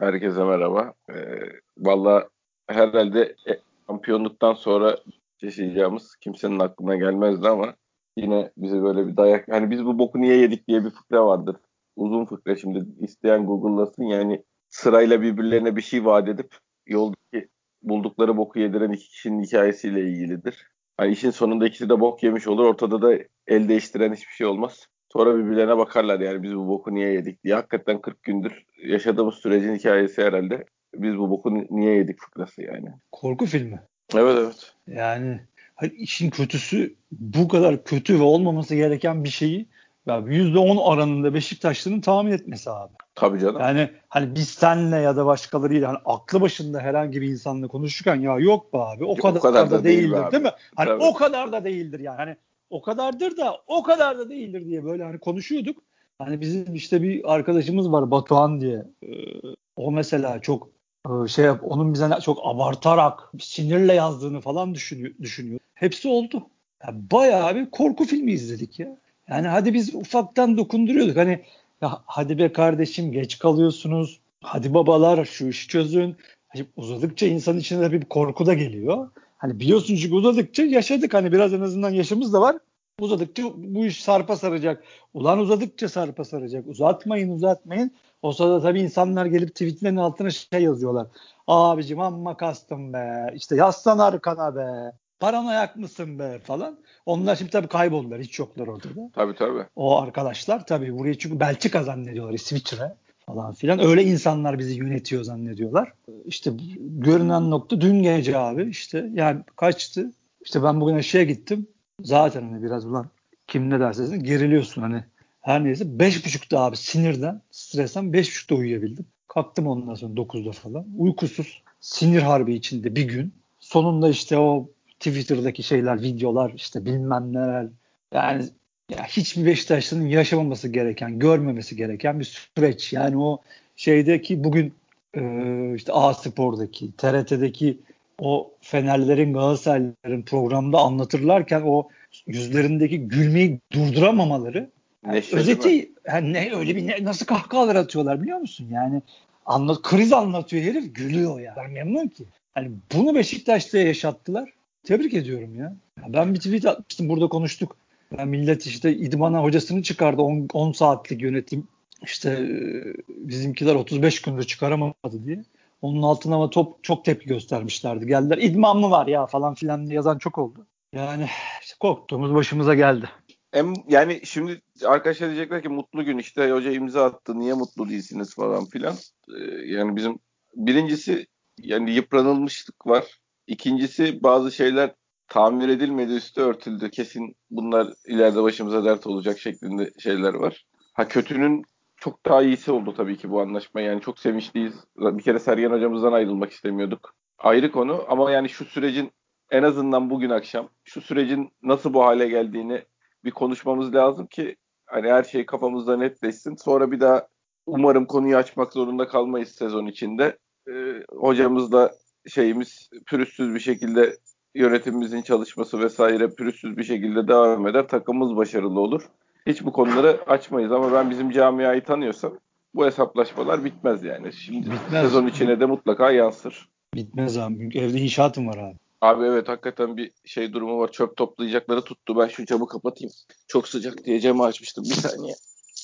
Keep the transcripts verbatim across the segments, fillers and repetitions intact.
Herkese merhaba. Ee, Valla herhalde e, şampiyonluktan sonra yaşayacağımız kimsenin aklına gelmezdi ama yine bize böyle bir dayak. Hani biz bu boku niye yedik diye bir fıkra vardır. Uzun fıkra, şimdi isteyen Google'lasın. Yani sırayla birbirlerine bir şey vaat edip yoldaki buldukları boku yediren iki kişinin hikayesiyle ilgilidir. Hani işin sonunda ikisi de bok yemiş olur. Ortada da el değiştiren hiçbir şey olmaz. Sonra birbirlerine bakarlar, yani biz bu boku niye yedik diye. Hakikaten kırk gündür yaşadığımız sürecin hikayesi herhalde. Biz bu boku ni- niye yedik fıkrası yani. Korku filmi. Evet, evet. Yani hani işin kötüsü, bu kadar kötü ve olmaması gereken bir şeyi ya yüzde on oranında Beşiktaşlı'nın tahmin etmesi abi. Tabii canım. Yani hani biz senle ya da başkalarıyla hani aklı başında herhangi bir insanla konuşurken ya yok be abi o O kadar kadar da da değil be değildir abi. değil mi? Hani Tabii. o kadar da değildir yani. Hani o kadardır da o kadar da değildir diye böyle hani konuşuyorduk. Hani bizim işte bir arkadaşımız var, Batuhan diye. Ee, o mesela çok e, şey yap, onun bize çok abartarak sinirle yazdığını falan düşünüyor, düşünüyor. Hepsi oldu. Yani bayağı bir korku filmi izledik ya. Yani hadi biz ufaktan dokunduruyorduk. Hani ya hadi be kardeşim geç kalıyorsunuz. Hadi babalar şu işi çözün. Hani uzadıkça insan içine de bir korku da geliyor. Hani biliyorsun çünkü uzadıkça yaşadık. Hani biraz en azından yaşımız da var. Uzadıkça bu iş sarpa saracak. Ulan uzadıkça sarpa saracak. Uzatmayın uzatmayın. O sırada tabii insanlar gelip tweetlerin altına şey yazıyorlar. Abicim amma kastım be. İşte yazsan arkana be. Paranoyak mısın be falan. Onlar şimdi tabii kayboldular. Hiç yoklar ortada. Tabii, tabii. O arkadaşlar tabii burayı çünkü Belçika zannediyorlar, İsviçre falan filan. Öyle insanlar bizi yönetiyor zannediyorlar. İşte görünen nokta dün gece abi, işte yani kaçtı? İşte ben bugün aşağıya gittim. Zaten hani biraz ulan kim ne derse desin geriliyorsun hani. Her neyse beş buçukta abi, sinirden, stresten beş buçukta uyuyabildim. Kalktım ondan sonra dokuzda falan. Uykusuz, sinir harbi içinde bir gün. Sonunda işte o Twitter'daki şeyler, videolar, işte bilmem neler. Yani ya hiçbir Beşiktaşlı'nın yaşamaması gereken, görmemesi gereken bir süreç. Yani o şeydeki bugün e, işte A Spor'daki, T R T'deki o Fenerlerin, Galatasaraylıların programda anlatırlarken o yüzlerindeki gülmeyi durduramamaları, yani Neşe değil mi? özeti, yani ne öyle bir ne, nasıl kahkahalar atıyorlar biliyor musun? Yani anlat, kriz anlatıyor herif, gülüyor ya. Ben memnun ki. Yani bunu Beşiktaş'ta yaşattılar. Tebrik ediyorum ya. Ya ben bir tweet atmıştım, burada konuştuk. Ya millet işte idmana hocasını çıkardı, on saatlik yönetim. İşte e, bizimkiler otuz beş gündür çıkaramadı diye. Onun altına ama top, çok tepki göstermişlerdi. Geldiler idman mı var ya falan filan diye yazan çok oldu. Yani işte korktuğumuz başımıza geldi. Em, yani şimdi arkadaşlar diyecekler ki mutlu gün işte, hoca imza attı, niye mutlu değilsiniz falan filan. Ee, yani bizim birincisi, yani yıpranılmışlık var. İkincisi, bazı şeyler tamir edilmedi, üstü örtüldü. Kesin bunlar ileride başımıza dert olacak şeklinde şeyler var. Ha, kötünün çok daha iyisi oldu tabii ki bu anlaşma. Yani çok sevinçliyiz. Bir kere Sergen hocamızdan ayrılmak istemiyorduk. Ayrı konu ama yani şu sürecin, en azından bugün akşam şu sürecin nasıl bu hale geldiğini bir konuşmamız lazım ki hani her şey kafamızda netleşsin. Sonra bir daha umarım konuyu açmak zorunda kalmayız sezon içinde. Ee, hocamızla şeyimiz pürüzsüz bir şekilde, yönetimimizin çalışması vesaire pürüzsüz bir şekilde devam eder. Takımımız başarılı olur. Hiç bu konuları açmayız ama ben bizim camiayı tanıyorsam bu hesaplaşmalar bitmez yani. Şimdi Bitmez. sezon içine de mutlaka yansır. Bitmez abi. Çünkü evde inşaatım var abi. Abi evet, hakikaten bir şey durumu var. Çöp toplayacakları tuttu. Ben şu camı kapatayım. Çok sıcak diye camı açmıştım. Bir saniye.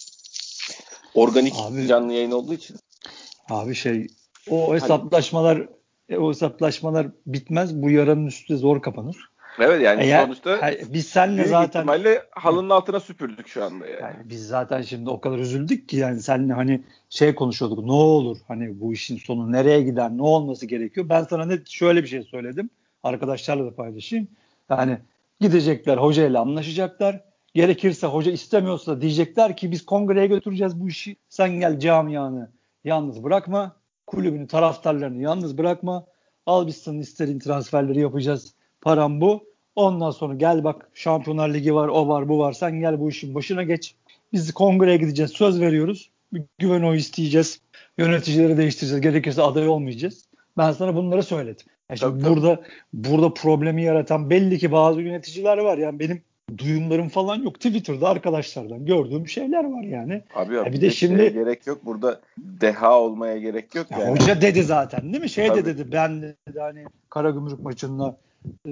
Organik Abi canlı yayın olduğu için. abi şey, o Hani hesaplaşmalar e, o hesaplaşmalar bitmez. Bu yaranın üstü de zor kapanır. evet, yani Eğer sonuçta he- biz seninle büyük zaten ihtimalle he, halının altına süpürdük şu anda yani. yani biz zaten şimdi o kadar üzüldük ki, yani seninle hani şey konuşuyorduk, ne olur hani bu işin sonu nereye gider, ne olması gerekiyor. Ben sana net şöyle bir şey söyledim. Arkadaşlarla da paylaşayım. Yani gidecekler hocayla anlaşacaklar. Gerekirse hoca istemiyorsa da diyecekler ki biz kongreye götüreceğiz bu işi. Sen gel camianı yalnız bırakma. Kulübünü, taraftarlarını yalnız bırakma. Al biz senin istediğin transferleri yapacağız. Param bu. Ondan sonra gel bak, Şampiyonlar Ligi var, o var, bu var. Sen gel bu işin başına geç. Biz kongreye gideceğiz. Söz veriyoruz. Bir güven oyu isteyeceğiz. Yöneticileri değiştireceğiz. Gerekirse aday olmayacağız. Ben sana bunları söyledim. Yani Tabii, şimdi tabii. burada burada problemi yaratan belli ki bazı yöneticiler var. Yani benim duyumlarım falan yok. Twitter'da arkadaşlardan gördüğüm şeyler var yani. Abi Ya ya bir bir de de şeye şimdi gerek yok. Burada deha olmaya gerek yok ya yani. hoca dedi zaten değil mi? Şey de Tabii. dedi, ben dedi hani Karagümrük maçında e,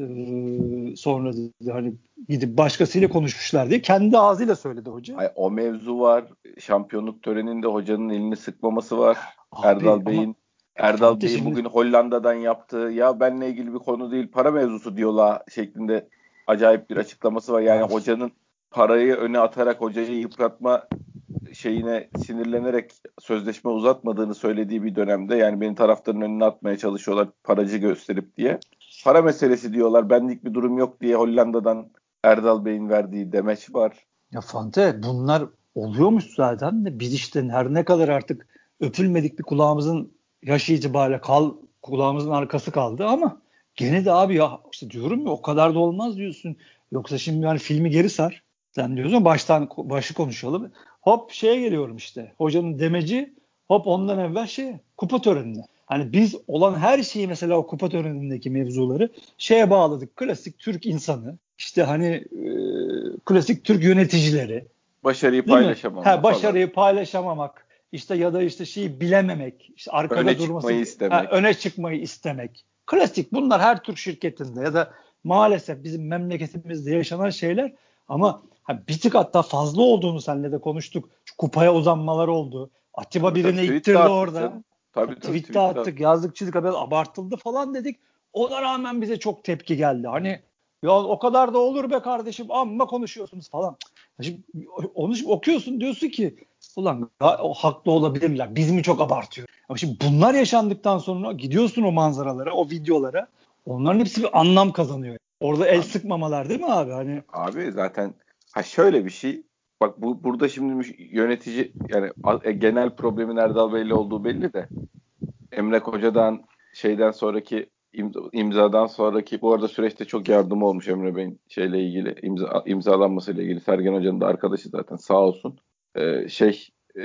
sonra dedi hani gidip başkasıyla konuşmuşlar diye kendi ağzıyla söyledi hoca. Ay, o mevzu var. Şampiyonluk töreninde hocanın elini sıkmaması var. Abi Erdal ama Bey'in Erdal Fatih Bey'in şimdi bugün Hollanda'dan yaptığı ya benle ilgili bir konu değil para mevzusu diyorlar şeklinde acayip bir açıklaması var. Yani ya, hocanın parayı öne atarak hocayı yıpratma şeyine sinirlenerek sözleşme uzatmadığını söylediği bir dönemde yani beni taraftarın önüne atmaya çalışıyorlar paracı gösterip diye. Para meselesi diyorlar. Benlik bir durum yok diye Hollanda'dan Erdal Bey'in verdiği demeç var. ya Fante bunlar oluyormuş zaten de biz işte her ne kadar artık öpülmedik bir kulağımızın yaşı itibariyle kal, kulağımızın arkası kaldı ama gene de abi ya işte diyorum ya o kadar da olmaz diyorsun. Yoksa şimdi yani filmi geri sar. Sen diyorsun baştan başı konuşalım. Hop şeye geliyorum işte. Hocanın demeci hop ondan evvel şey kupa törenine. Hani biz olan her şeyi mesela o kupa törenindeki mevzuları şeye bağladık. Klasik Türk insanı. İşte hani e, klasik Türk yöneticileri. Başarıyı Değil mi? paylaşamama Ha, falan. başarıyı paylaşamamak. İşte ya da işte şeyi bilememek. İşte Öne arkada durması, çıkmayı ha, istemek. öne çıkmayı istemek. Klasik bunlar her Türk şirketinde ya da maalesef bizim memleketimizde yaşanan şeyler ama ha, bir tık hatta fazla olduğunu seninle de konuştuk. Şu kupaya uzanmalar oldu. Atiba Tabii tabii birine tweet de ittirdi attık orada. canım. Ha, Tabii tabii tweet'te tweet de attık, attık. yazdık, çizdik, haber abartıldı falan dedik. Ona rağmen bize çok tepki geldi. Hani ya o kadar da olur be kardeşim amma konuşuyorsunuz falan. Şimdi, onu şimdi okuyorsun diyorsun ki ulan o haklı olabilirler. Biz mi çok abartıyoruz? Ama şimdi bunlar yaşandıktan sonra gidiyorsun o manzaralara, o videolara. Onların hepsi bir anlam kazanıyor. Orada el Abi, sıkmamalar değil mi abi? Hani abi zaten ha şöyle bir şey. Bak bu burada şimdi müş- yönetici yani a- e, genel problemin Erdal Bey'le olduğu belli de Emre Koca'dan şeyden sonraki imza- imzadan sonraki bu arada süreçte çok yardımı olmuş Emre Bey'in şeyle ilgili imza, imzalanmasıyla ilgili Sergen Hoca'nın da arkadaşı zaten sağ olsun. Ee, şey e,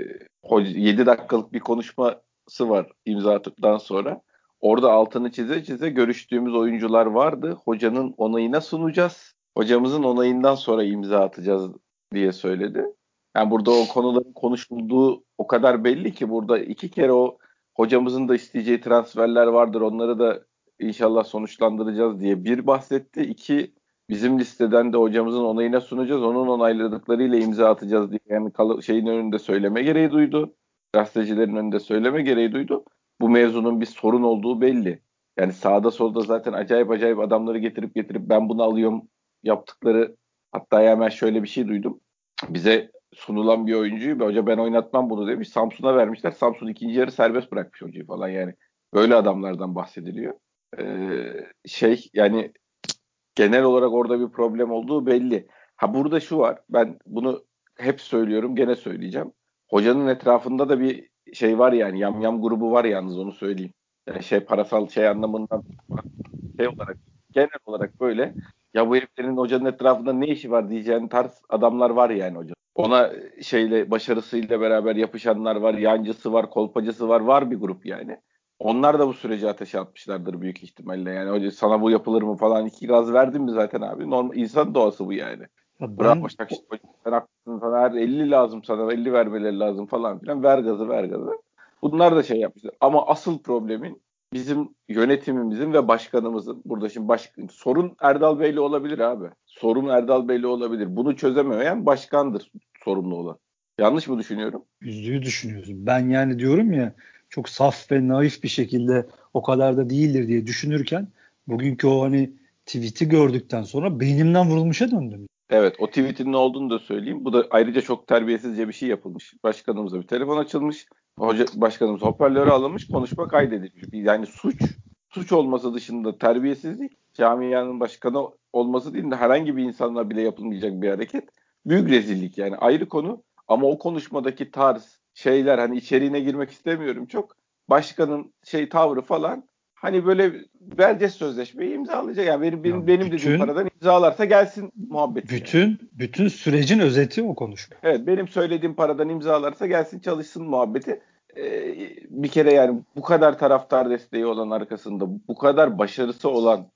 yedi dakikalık bir konuşması var imza attıktan sonra. Orada altını çize çize görüştüğümüz oyuncular vardı. Hocanın onayına sunacağız. Hocamızın onayından sonra imza atacağız diye söyledi. Yani burada o konuların konuşulduğu o kadar belli ki burada iki kere o hocamızın da isteyeceği transferler vardır. Onları da inşallah sonuçlandıracağız diye bir bahsetti. İki bizim listeden de hocamızın onayına sunacağız. Onun onayladıklarıyla imza atacağız diye yani şeyin önünde söyleme gereği duydu. Gazetecilerin önünde söyleme gereği duydu. Bu mevzunun bir sorun olduğu belli. Yani sağda solda zaten acayip acayip adamları getirip getirip ben bunu alıyorum yaptıkları hatta hemen şöyle bir şey duydum. Bize sunulan bir oyuncuyu hoca ben oynatmam bunu demiş. Samsun'a vermişler. Samsun ikinci yarı serbest bırakmış hocayı falan yani. Böyle adamlardan bahsediliyor. Ee, şey yani genel olarak orada bir problem olduğu belli. Ha burada şu var. Ben bunu hep söylüyorum, gene söyleyeceğim. Hocanın etrafında da bir şey var yani. Yamyam grubu var yalnız onu söyleyeyim. Yani şey parasal şey anlamından şey olarak genel olarak böyle ya bu heriflerin hocanın etrafında ne işi var diyeceğin tarz adamlar var yani hoca. Ona şeyle başarısıyla beraber yapışanlar var, yancısı var, kolpacısı var, var bir grup yani. Onlar da bu süreci ateşe atmışlardır büyük ihtimalle. Yani hoca sana bu yapılır mı falan iki gaz verdin mi zaten abi? Normal insan doğası bu yani. ya Bravo ben Şakşuk hoca sen haklısın sana her elli lazım sana elli vermeleri lazım falan filan. Ver gazı ver gazı. Bunlar da şey yapmışlar. Ama asıl problemin bizim yönetimimizin ve başkanımızın burada şimdi baş, sorun Erdal Bey'le olabilir abi. Sorun Erdal Bey'le olabilir. Bunu çözemeyen başkandır sorumlu olan. Yanlış mı düşünüyorum? yüzüğü düşünüyorsun. Ben yani diyorum ya çok saf ve naif bir şekilde o kadar da değildir diye düşünürken bugünkü o hani tweet'i gördükten sonra beynimden vurulmuşa döndüm. Evet, o tweet'in ne olduğunu da söyleyeyim. Bu da ayrıca çok terbiyesizce bir şey yapılmış. Başkanımıza bir telefon açılmış. Hoca başkanımız hoparlöre alınmış, konuşma kaydedilmiş. Yani suç suç olması dışında terbiyesizlik camianın başkanı olması değil de herhangi bir insanla bile yapılmayacak bir hareket. Büyük rezillik yani ayrı konu. Ama o konuşmadaki tarz şeyler hani içeriğine girmek istemiyorum çok. Başkanın şey tavrı falan hani böyle vereceğiz sözleşmeyi imzalayacak. Yani benim, Ya benim, benim dediğim bütün paradan imzalarsa gelsin muhabbeti yani. bütün bütün sürecin özeti o konuşma. Evet benim söylediğim paradan imzalarsa gelsin çalışsın muhabbeti. Ee, bir kere yani bu kadar taraftar desteği olan arkasında bu kadar başarısı olan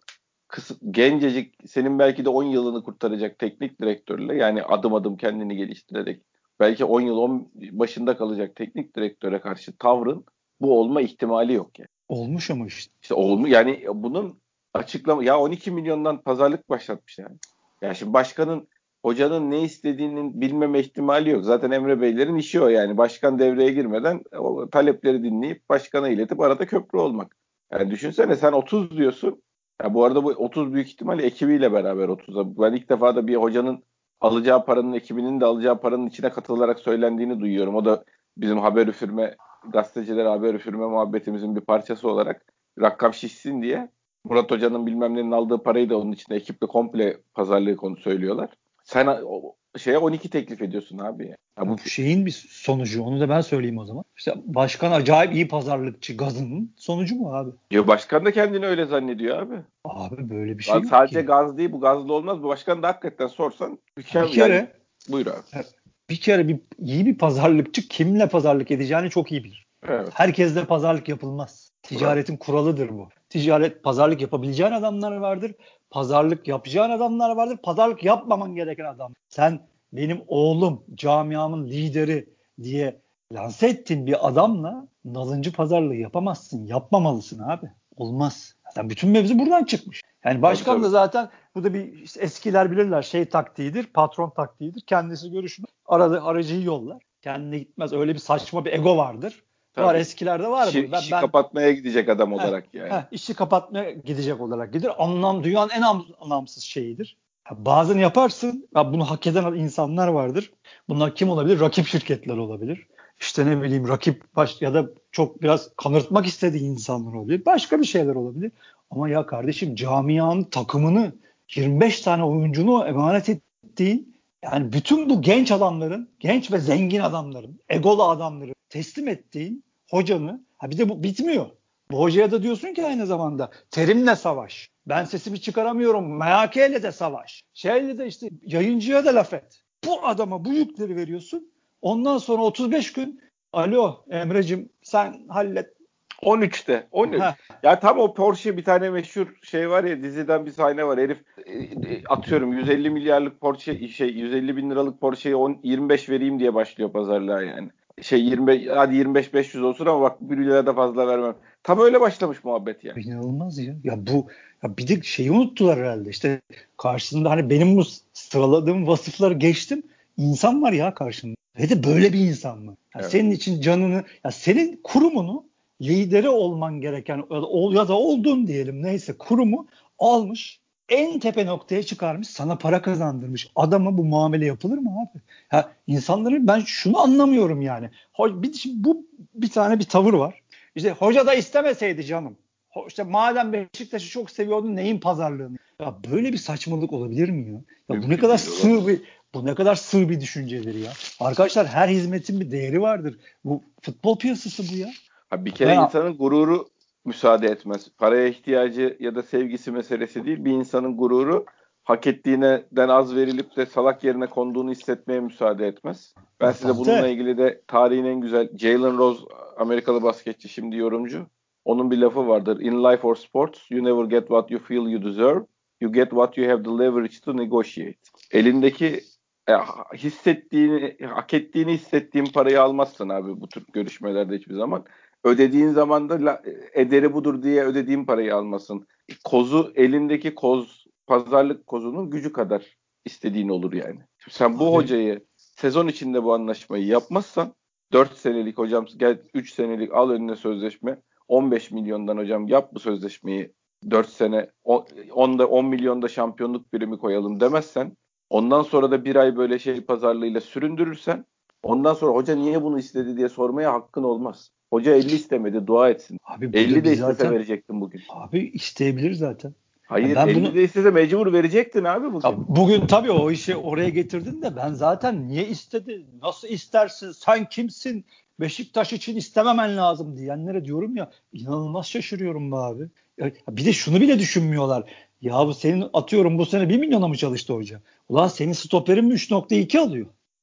kısa, gencecik senin belki de on yılını kurtaracak teknik direktörle yani adım adım kendini geliştirerek belki on yıl on başında kalacak teknik direktöre karşı tavrın bu olma ihtimali yok yani. Olmuş ama işte. İşte olmu yani bunun açıklama ya on iki milyondan pazarlık başlatmış yani. Ya şimdi başkanın hocanın ne istediğinin bilmeme ihtimali yok. Zaten Emre Beylerin işi o yani. Başkan devreye girmeden o talepleri dinleyip başkana iletip arada köprü olmak. Yani düşünsene sen otuz diyorsun. Ya bu arada bu otuz büyük ihtimalle ekibiyle beraber otuza. Ben ilk defa da bir hocanın alacağı paranın ekibinin de alacağı paranın içine katılarak söylendiğini duyuyorum. O da bizim haber üfürme gazeteciler haber üfürme muhabbetimizin bir parçası olarak rakam şişsin diye Murat Hoca'nın bilmem nenin aldığı parayı da onun içinde ekiple komple pazarlığı konu söylüyorlar. Sen o, şeye on iki teklif ediyorsun abi. Ya. Ya bu Bu şeyin bir sonucu. Onu da ben söyleyeyim o zaman. İşte başkan acayip iyi pazarlıkçı gazının sonucu mu abi? ya başkan da kendini öyle zannediyor abi. Abi böyle bir şey Gaz, yok sadece ki. gaz değil bu gazlı olmaz. Bu başkan da hakikaten sorsan Bir mükemmel yani kere buyur abi. bir kere bir iyi bir pazarlıkçı kimle pazarlık edeceğini çok iyi bilir. Evet. Herkesle pazarlık yapılmaz. Ticaretin kuralıdır bu. Ticaret pazarlık yapabileceğin adamlar vardır. Pazarlık yapacağın adamlar vardır. Pazarlık yapmaman gereken adam. Sen benim oğlum, camiamın lideri diye lanse ettiğin bir adamla nalıncı pazarlığı yapamazsın. Yapmamalısın abi. Olmaz. Zaten bütün mevzu buradan çıkmış. Yani başkan Tabii, da tabii. zaten bu da bir işte eskiler bilirler şey taktiğidir, patron taktiğidir. Kendisi görüşmez. Arada aracıyı yollar. Kendine gitmez. Öyle bir saçma bir ego vardır. Var Tabii. eskilerde var İşi, bu. Ben, işi ben kapatmaya gidecek adam heh, olarak yani. heh, işi kapatmaya gidecek olarak gider. Anlam dünyanın en anlamsız şeyidir. Bazen yaparsın. Ya bunu hak eden insanlar vardır. Bunlar kim olabilir? Rakip şirketler olabilir. İşte ne bileyim rakip baş ya da çok biraz kanırtmak istediği insanlar olabilir. Başka bir şeyler olabilir. Ama ya kardeşim camianın takımını yirmi beş tane oyuncunu emanet ettiğin yani bütün bu genç adamların, genç ve zengin adamların, egolu adamları teslim ettiğin hocanı ha bir de bu bitmiyor. Bu hocaya da diyorsun ki aynı zamanda terimle savaş. Ben sesimi çıkaramıyorum. M H K'yle de savaş. Şeyle de işte yayıncıya da laf et. Bu adama bu yükleri veriyorsun. Ondan sonra otuz beş gün alo Emre'cim sen hallet. on üçte. on üç. Heh. Ya tam o Porsche bir tane meşhur şey var ya diziden bir sahne var. Herif e, atıyorum yüz elli milyarlık Porsche şey yüz elli bin liralık Porsche'yi on, yirmi beş vereyim diye başlıyor pazarlığa yani. Şey yirmi beş hadi yirmi beş beş yüz olsun ama bak bir lira da fazla vermem. Tam öyle başlamış muhabbet yani. İnanılmaz ya. Ya bu ya bir de şeyi unuttular herhalde. İşte karşısında hani benim bu sıraladığım vasıfları geçtim. İnsan var ya karşında. Ve de böyle bir insan mı? Ya Evet. senin için canını ya senin kurumunu lideri olman gereken ya da oldun diyelim neyse kurumu almış en tepe noktaya çıkarmış sana para kazandırmış. Adama bu muamele yapılır mı abi? Ya insanların ben şunu anlamıyorum yani. Bir, bu bir tane bir tavır var. İşte hoca da istemeseydi canım. İşte madem Beşiktaş'ı çok seviyordun neyin pazarlığını? Ya böyle bir saçmalık olabilir mi ya? Ya bu ne Mümkün kadar değil. sığ Olamaz. bir bu ne kadar sığ bir düşüncedir ya. Arkadaşlar her hizmetin bir değeri vardır. Bu futbol piyasası bu ya. Ha, bir kere Ben insanın gururu müsaade etmez. Paraya ihtiyacı ya da sevgisi meselesi değil. Bir insanın gururu hak ettiğinden az verilip de salak yerine konduğunu hissetmeye müsaade etmez. Ben ya size bununla Bante ilgili de tarihin en güzel Jalen Rose Amerikalı basketçi şimdi yorumcu. Onun bir lafı vardır. In life or sports you never get what you feel you deserve. You get what you have the leverage to negotiate. Elindeki e, hissettiğini, hak ettiğini hissettiğin parayı almazsın abi bu tür görüşmelerde hiçbir zaman. Ödediğin zaman da la, ederi budur diye ödediğin parayı almasın. Kozu elindeki koz pazarlık kozunun gücü kadar istediğin olur yani. Şimdi sen bu abi hocayı sezon içinde bu anlaşmayı yapmazsan dört senelik hocam gel üç senelik al önüne sözleşme on beş milyondan hocam yap bu sözleşmeyi dört sene onda on milyonda şampiyonluk birimi koyalım demezsen ondan sonra da bir ay böyle şey pazarlığıyla süründürürsen ondan sonra hoca niye bunu istedi diye sormaya hakkın olmaz. Hoca elli istemedi, dua etsin. abi bu da elli de bir istese zaten verecektin bugün. abi isteyebilir zaten. Ya Hayır, ben elli bunu de istese mecbur verecektin abi ya bugün. bugün tabii o işi oraya getirdin de ben zaten niye istedi? Nasıl istersin? Sen kimsin? Beşiktaş için istememen lazım diyenlere diyorum ya inanılmaz şaşırıyorum be abi. Ya bir de şunu bile düşünmüyorlar. Ya bu senin atıyorum bu sene bir milyona mı çalıştı hoca? Ulan senin stoperin mi üç nokta iki alıyor?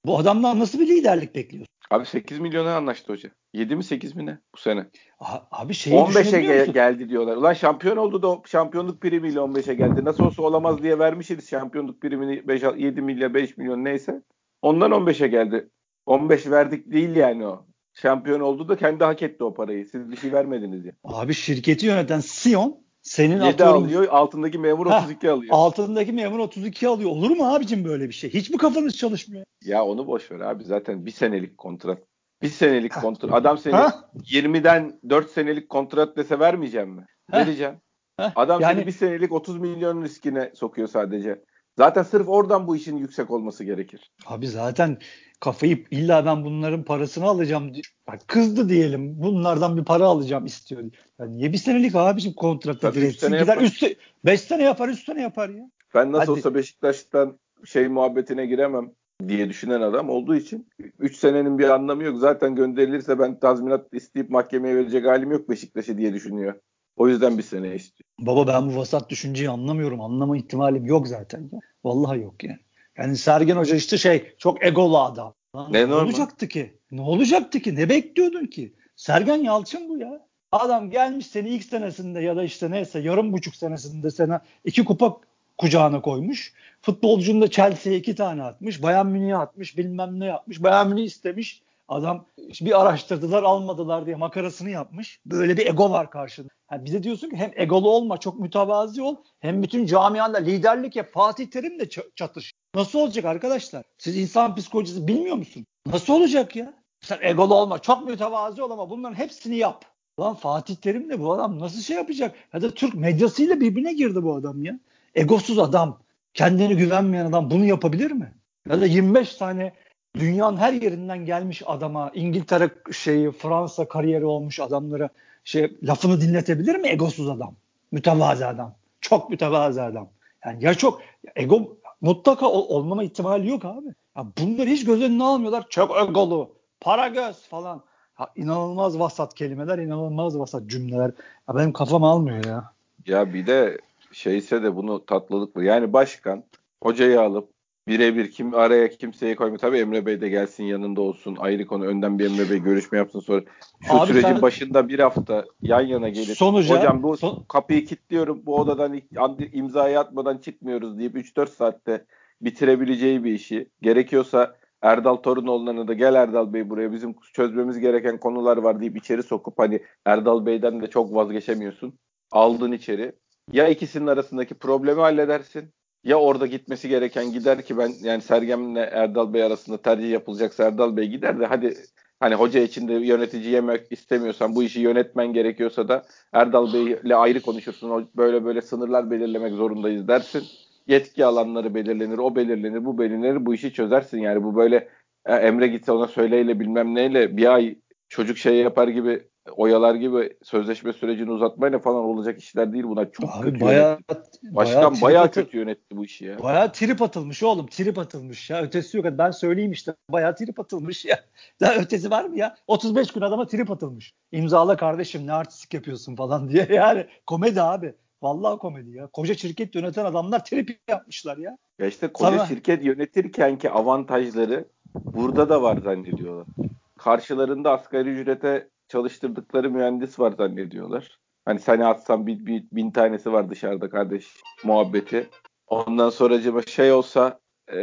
Bu adamdan nasıl bir liderlik bekliyorsun? Abi sekiz milyona anlaştı hoca. yedi mi sekiz mi ne bu sene? Abi şeyi on beşe düşünebiliyor ge- musun? geldi diyorlar. Ulan şampiyon oldu da şampiyonluk primiyle on beşe geldi. Nasıl olsa olamaz diye vermişiz şampiyonluk primini beş, yedi milyon beş milyon neyse. Ondan on beşe geldi. on beş verdik değil yani o. Şampiyon oldu da kendi hak etti o parayı. Siz bir şey vermediniz ya. Abi şirketi yöneten Sion senin yedi atıyorum alıyor, altındaki memur heh, otuz iki alıyor. altındaki memur otuz iki alıyor. Olur mu abicim böyle bir şey? Hiç mi kafanız çalışmıyor? Ya onu boş ver abi, zaten bir senelik kontrat. Bir senelik Heh, kontrat. Adam seni heh, yirmiden dört senelik kontrat dese vermeyeceğim mi? heh, Vereceğim. heh. Adam seni Yani bir senelik otuz milyon riskine sokuyor sadece. Zaten sırf oradan bu işin yüksek olması gerekir. abi zaten kafayı illa ben bunların parasını alacağım. Bak kızdı diyelim. Bunlardan bir para alacağım istiyor. Ya niye bir senelik abicim kontratı Tabii üç diretsin? sene Gider yapar. üç beş sene yapar, üç sene yapar ya. Ben nasıl Hadi. olsa Beşiktaş'tan şey muhabbetine giremem diye düşünen adam olduğu için üç senenin bir anlamı yok. Zaten gönderilirse ben tazminat isteyip mahkemeye verecek halim yok Beşiktaş'ı diye düşünüyor. O yüzden bir sene istiyor. Baba ben bu vasat düşünceyi anlamıyorum. Anlama ihtimalim yok zaten ya. Vallahi yok yani. Yani Sergen Hoca işte şey çok egolu adam. Lan ne Ne normal. olacaktı ki? Ne olacaktı ki? Ne bekliyordun ki? Sergen Yalçın bu ya. Adam gelmiş seni ilk senesinde ya da işte neyse yarım buçuk senesinde sana iki kupa kucağına koymuş. Futbolcunu da Chelsea'ye iki tane atmış. Bayern Münih'e atmış. Bilmem ne yapmış. Bayern Münih istemiş. Adam bir araştırdılar almadılar diye makarasını yapmış. Böyle bir ego var karşında. Yani bize diyorsun ki hem egolu olma çok mütevazi ol hem bütün camianda liderlik yap. Fatih Terim'le ç- çatış. Nasıl olacak arkadaşlar? Siz insan psikolojisi bilmiyor musun? Nasıl olacak ya? Sen egolu olma çok mütevazi ol ama bunların hepsini yap. Lan Fatih Terim de bu adam nasıl şey yapacak? Ya da Türk medyasıyla birbirine girdi bu adam ya. Egosuz adam, kendine güvenmeyen adam bunu yapabilir mi? Ya da yirmi beş tane dünyanın her yerinden gelmiş adama, İngiltere şeyi, Fransa kariyeri olmuş adamlara şey lafını dinletebilir mi egosuz adam? Mütevazı adam. Çok mütevazı adam. Yani ya çok ego mutlaka ol, olmama ihtimali yok abi. Ya bunları hiç göz önüne almıyorlar. Çok egolu, para göz falan. Ha, inanılmaz vasat kelimeler, inanılmaz vasat cümleler. Ya benim kafam almıyor ya. Ya bir de şeyse de bunu tatlılık mı? Yani başkan hocayı alıp birebir kim araya kimseyi koymuyor. Tabii Emre Bey de gelsin yanında olsun. Ayrı konu, önden bir Emre Bey görüşme yapsın sonra. Şu Abi sürecin sen başında bir hafta yan yana gelip sonuca hocam bu son, kapıyı kilitliyorum, bu odadan imzayı atmadan çıkmıyoruz deyip üç dört saatte bitirebileceği bir işi. Gerekiyorsa Erdal Torunoğlu'na da gel Erdal Bey buraya bizim çözmemiz gereken konular var deyip içeri sokup hani Erdal Bey'den de çok vazgeçemiyorsun. Aldın içeri. Ya ikisinin arasındaki problemi halledersin ya orada gitmesi gereken gider ki ben yani Sergen'le Erdal Bey arasında tercih yapılacaksa Erdal Bey gider de hadi hani hoca için de yönetici yemek istemiyorsan bu işi yönetmen gerekiyorsa da Erdal Bey'le ayrı konuşursun. O böyle böyle sınırlar belirlemek zorundayız dersin. Yetki alanları belirlenir, o belirlenir, bu belirlenir, bu işi çözersin. Yani bu böyle e, Emre gitse ona söyleyle bilmem neyle bir ay çocuk şey yapar gibi oyalar gibi sözleşme sürecini uzatmayla falan olacak işler değil bunlar. Çok abi kötü bayağı yönetti. bayağı Başkan trip bayağı atı kötü yönetti bu işi ya. bayağı trip atılmış oğlum. Trip atılmış ya. Ötesi yok. Ben söyleyeyim işte. Bayağı trip atılmış ya. Daha ötesi var mı ya? otuz beş gün adama trip atılmış. İmzala kardeşim ne artistik yapıyorsun falan diye. Yani komedi abi. Vallahi komedi ya. Koca şirket yöneten adamlar trip yapmışlar ya. Ya işte koca Sana şirket yönetirken ki avantajları burada da var zannediyorlar. Karşılarında asgari ücrete çalıştırdıkları mühendis var zannediyorlar. Hani seni atsan bir, bir, bin tanesi var dışarıda kardeş muhabbeti. Ondan sonra şey olsa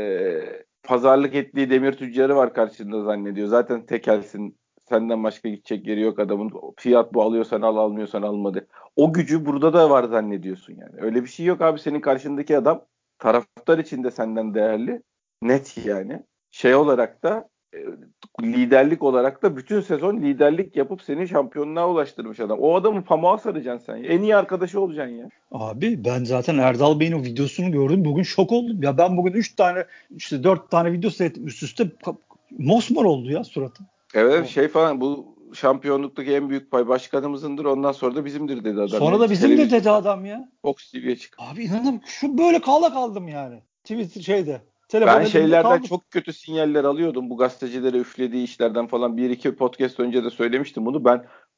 e, pazarlık ettiği demir tüccarı var karşında zannediyor. Zaten tekelsin. Senden başka gidecek yeri yok adamın. Fiyat bu, alıyorsan al, almıyorsan almadı. O gücü burada da var zannediyorsun yani. Öyle bir şey yok abi, senin karşındaki adam taraftar için de senden değerli. Net yani. Şey olarak da e, liderlik olarak da bütün sezon liderlik yapıp seni şampiyonluğa ulaştırmış adam. O adamı pamuğa saracaksın sen. En iyi arkadaşı olacaksın ya. abi ben zaten Erdal Bey'in o videosunu gördüm. Bugün şok oldum. Ya ben bugün üç tane işte dört tane video seyrettim üst üste. Mosmor oldu ya suratım. Evet O. şey falan, bu şampiyonluktaki en büyük pay başkanımızındır, ondan sonra da bizimdir dedi adam Sonra ya. da bizim de dedi Televizyonda adam ya. Fox T V'ye çıkıp. Abi inanamıyorum. Şu böyle kala kaldım yani. Twitter şeyde. Telefon Ben elimde şeylerden kaldım. çok kötü sinyaller alıyordum. Bu gazetecilere üflediği işlerden falan bir iki podcast önce de söylemiştim bunu. Ben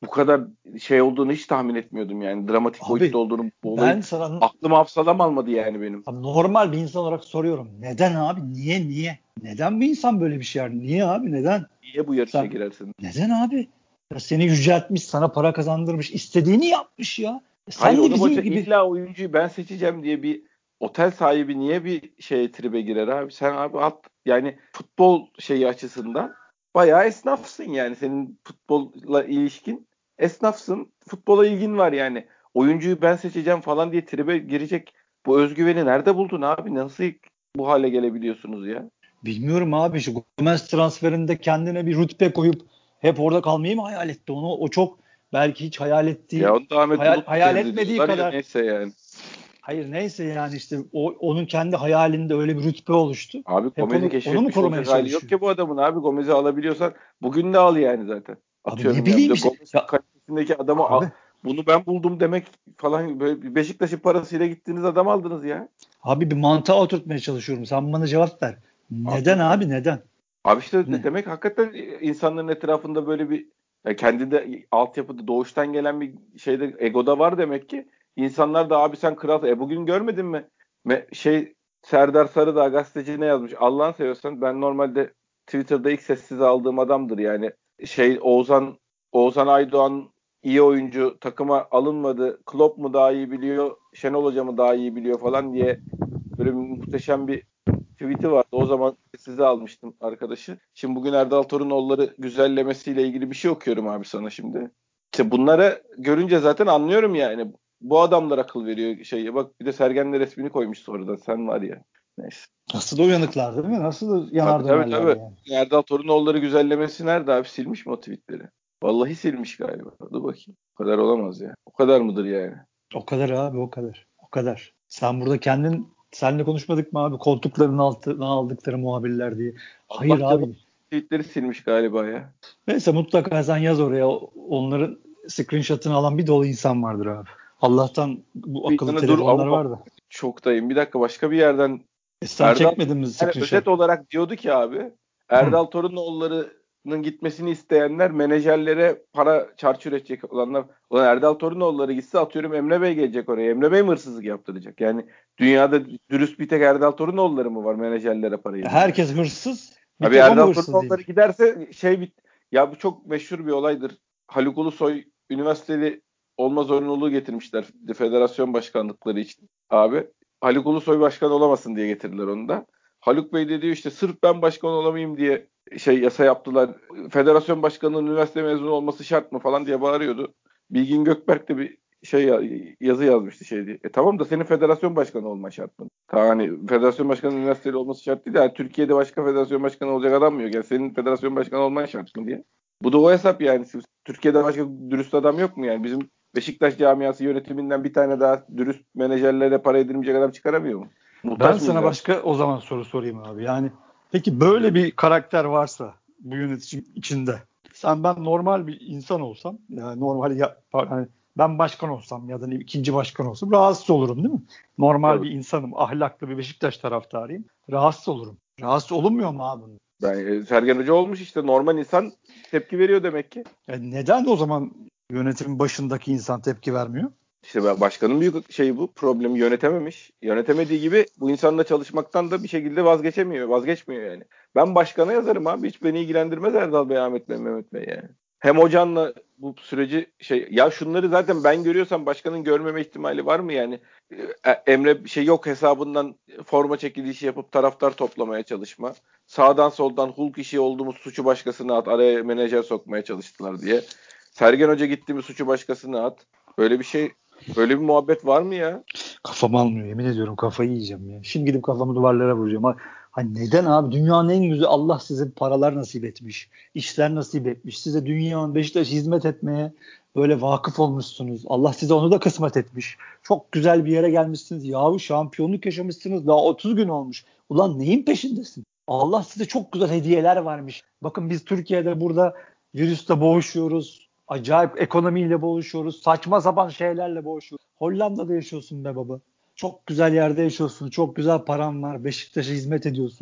bu kadar şey olduğunu hiç tahmin etmiyordum yani. Dramatik Abi boyutta olduğunu, bu ben olayın sana aklım hafsalam almadı yani benim. abi normal bir insan olarak soruyorum. Neden abi? Niye niye? Neden bir insan böyle bir şey yapar? Niye abi? Neden? Niye bu yarışa Sen girersin? neden abi? Ya seni yüceltmiş, sana para kazandırmış, istediğini yapmış ya. E Hayır, sen de onu bizim boşver. gibi. İlla oyuncuyu ben seçeceğim diye bir otel sahibi niye bir şeye tribe girer abi? Sen abi at yani futbol şeyi açısından bayağı esnafsın yani. Senin futbolla ilişkin esnafsın. Futbola ilgin var yani. Oyuncuyu ben seçeceğim falan diye tribe girecek bu özgüveni nerede buldun abi? Nasıl bu hale gelebiliyorsunuz ya? Bilmiyorum abi, şu Gomez transferinde kendine bir rütbe koyup hep orada kalmayı mı hayal etti? Onu o çok belki hiç hayal Ya ettiği onu da Ahmet hayal, Bulut hayal bitirdi etmediği diyorlar ya, kadar. neyse yani. Hayır neyse yani işte o, onun kendi hayalinde öyle bir rütbe oluştu. Abi Hep Gomez'i onu onu mu keşfetmiş korumaya olacak hali yok çalışıyor? ki bu adamın abi. Gomez'i alabiliyorsan bugün de al yani zaten. Abi ne Atıyorum ya. Bir bileyim de işte. Gomez Ya kalitesindeki adamı al- abi bunu ben buldum demek falan, böyle Beşiktaş'ın parasıyla gittiğiniz adam aldınız ya. abi bir mantığa oturtmaya çalışıyorum. Sen bana cevap ver. Neden Abi, abi neden? abi işte de- Ne? demek hakikaten insanların etrafında böyle bir ya kendinde altyapıda doğuştan gelen bir şeyde egoda var demek ki. İnsanlar da abi sen kral. E bugün görmedin mi? Me- şey Serdar Sarıdağ gazeteci ne yazmış? Allah'ını seviyorsan ben normalde Twitter'da ilk sessiz aldığım adamdır yani. Şey Oğuzhan Oğuzhan Aydoğan iyi oyuncu, takıma alınmadı. Klopp mu daha iyi biliyor, Şenol Hoca mı daha iyi biliyor falan diye böyle bir muhteşem bir tweet'i vardı. O zaman size almıştım arkadaşı. Şimdi bugün Erdal Torunoğulları güzellemesiyle ilgili bir şey okuyorum abi sana şimdi. İşte bunları görünce zaten anlıyorum yani. Bu adamlar akıl veriyor şey. Bak bir de Sergen'le resmini koymuş sonradan. Sen var ya. Neyse. Nasıl da uyanıklar değil mi? Nasıl da Tabii yanar tabii dönerler tabii. yani. Erdal Torunoğulları güzellemesi nerede abi? Silmiş mi o tweetleri? Vallahi silmiş galiba. Dur bakayım. O kadar olamaz ya. O kadar mıdır yani? O kadar abi, o kadar. O kadar. Sen burada kendin, seninle konuşmadık mı abi? Koltukların altına aldıkları muhabirler diye. Hayır Allah canım, abi. tweetleri silmiş galiba ya. Neyse mutlaka sen yaz oraya. Onların screenshot'ını alan bir dolu insan vardır abi. Allah'tan bu Bir akıllı yana dur ama telefonlar var da. şoktayım. Bir dakika, başka bir yerden E sen Erdal çekmedin mi yani screenshot? özet olarak diyordu ki abi Hı. Erdal Torunoğulları'nın gitmesini isteyenler menajerlere para çarçur edecek olanlar. Ulan Erdal Torunoğulları gitse atıyorum Emre Bey gelecek oraya. Emre Bey mi hırsızlık yaptıracak? Yani dünyada dürüst bir tek Erdal Torunoğulları mı var menajerlere para yedirecek? Herkes hırsız. Bir Abi tek o mu Erdal hırsız Torunoğulları değildir? giderse şey bit ya bu çok meşhur bir olaydır. Haluk Ulusoy üniversiteli olma zorunluluğu getirmişler federasyon başkanlıkları için abi. Haluk Ulusoy başkan olamasın diye getirdiler onu da. Haluk Bey de diyor işte sırf ben başkan olamayayım diye şey yasa yaptılar. Federasyon başkanının üniversite mezunu olması şart mı falan diye bağırıyordu. Bilgin Gökberk de bir şey ya- yazı yazmıştı şey diye. E tamam da senin federasyon başkanı olma şart mı? Tamam, hani federasyon başkanı üniversiteli olması şart değil de yani Türkiye'de başka federasyon başkanı olacak adam mı yok? Yani senin federasyon başkanı olman şart mı diye. Bu da o hesap yani. Türkiye'de başka dürüst adam yok mu yani? Bizim Beşiktaş camiası yönetiminden bir tane daha dürüst menajerlere para edilmeyecek adam çıkaramıyor mu? Ben Muhtaç mıyız sana yani? başka o zaman soru sorayım abi. Yani peki böyle bir karakter varsa bu yönetici içinde, sen ben normal bir insan olsam, yani normal ya, hani ben başkan olsam ya da ne- ikinci başkan olsam rahatsız olurum değil mi? Normal Tabii. bir insanım, ahlaklı bir Beşiktaş taraftarıyım. Rahatsız olurum. Rahatsız olunmuyor mu abi? Ben, e, Sergen Hoca olmuş işte, normal insan tepki veriyor demek ki. Yani neden o zaman yönetimin başındaki insan tepki vermiyor? İşte ben- başkanın büyük şeyi bu. Problemi yönetememiş. Yönetemediği gibi bu insanla çalışmaktan da bir şekilde vazgeçemiyor. Vazgeçmiyor yani. Ben başkana yazarım abi. Hiç beni ilgilendirmez Erdal Bey, Ahmet Bey, Mehmet Bey yani. Hem hocanla bu süreci şey ya şunları zaten ben görüyorsam başkanın görmeme ihtimali var mı yani? E, Emre şey yok hesabından forma çekilişi yapıp taraftar toplamaya çalışma. Sağdan soldan Hulk işi olduğumuz suçu başkasına at. Araya menajer sokmaya çalıştılar diye. Sergen Hoca gitti mi suçu başkasına at. Böyle bir şey, böyle bir muhabbet var mı ya? Kafam almıyor, yemin ediyorum kafayı yiyeceğim ya. Şimdi gidip kafamı duvarlara vuracağım. Ha, ha neden abi? Dünyanın en güzel, Allah size paralar nasip etmiş. İşler nasip etmiş. Size dünyanın Beşiktaş hizmet etmeye böyle vakıf olmuşsunuz. Allah size onu da kısmet etmiş. Çok güzel bir yere gelmişsiniz. Yahu şampiyonluk yaşamışsınız. Daha otuz gün olmuş. Ulan neyin peşindesin? Allah size çok güzel hediyeler vermiş. Bakın biz Türkiye'de burada virüsle boğuşuyoruz. Acayip ekonomiyle boğuşuyoruz. Saçma sapan şeylerle boğuşuyoruz. Hollanda'da yaşıyorsun be baba. Çok güzel yerde yaşıyorsun. Çok güzel paran var. Beşiktaş'a hizmet ediyorsun.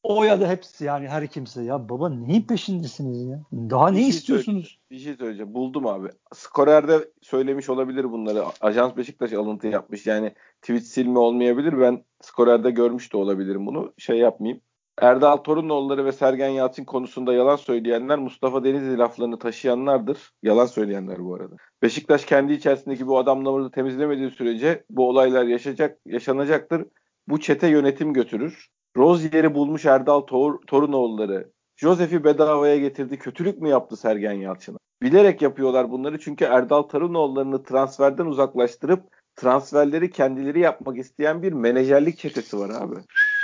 O ya da hepsi yani her kimse. Ya baba neyin peşindesiniz ya? Daha Bir ne şey istiyorsunuz? Bir şey söyleyeceğim. Buldum abi. Skorer'de söylemiş olabilir bunları. Ajans Beşiktaş alıntı yapmış. Yani tweet silme olmayabilir. Ben Skorer'de görmüş de olabilirim bunu. Şey yapmayayım. Erdal Torunoğulları ve Sergen Yalçın konusunda yalan söyleyenler Mustafa Denizli laflarını taşıyanlardır. Yalan söyleyenler bu arada. Beşiktaş kendi içerisindeki bu adamları temizlemediği sürece bu olaylar yaşayacak, yaşanacaktır. Bu çete yönetim götürür. Rozier'i bulmuş Erdal Tor Torunoğulları Josef'i bedavaya getirdi. Kötülük mü yaptı Sergen Yalçın'a? Bilerek yapıyorlar bunları çünkü Erdal Tarunoğulları'nı transferden uzaklaştırıp transferleri kendileri yapmak isteyen bir menajerlik çetesi var abi.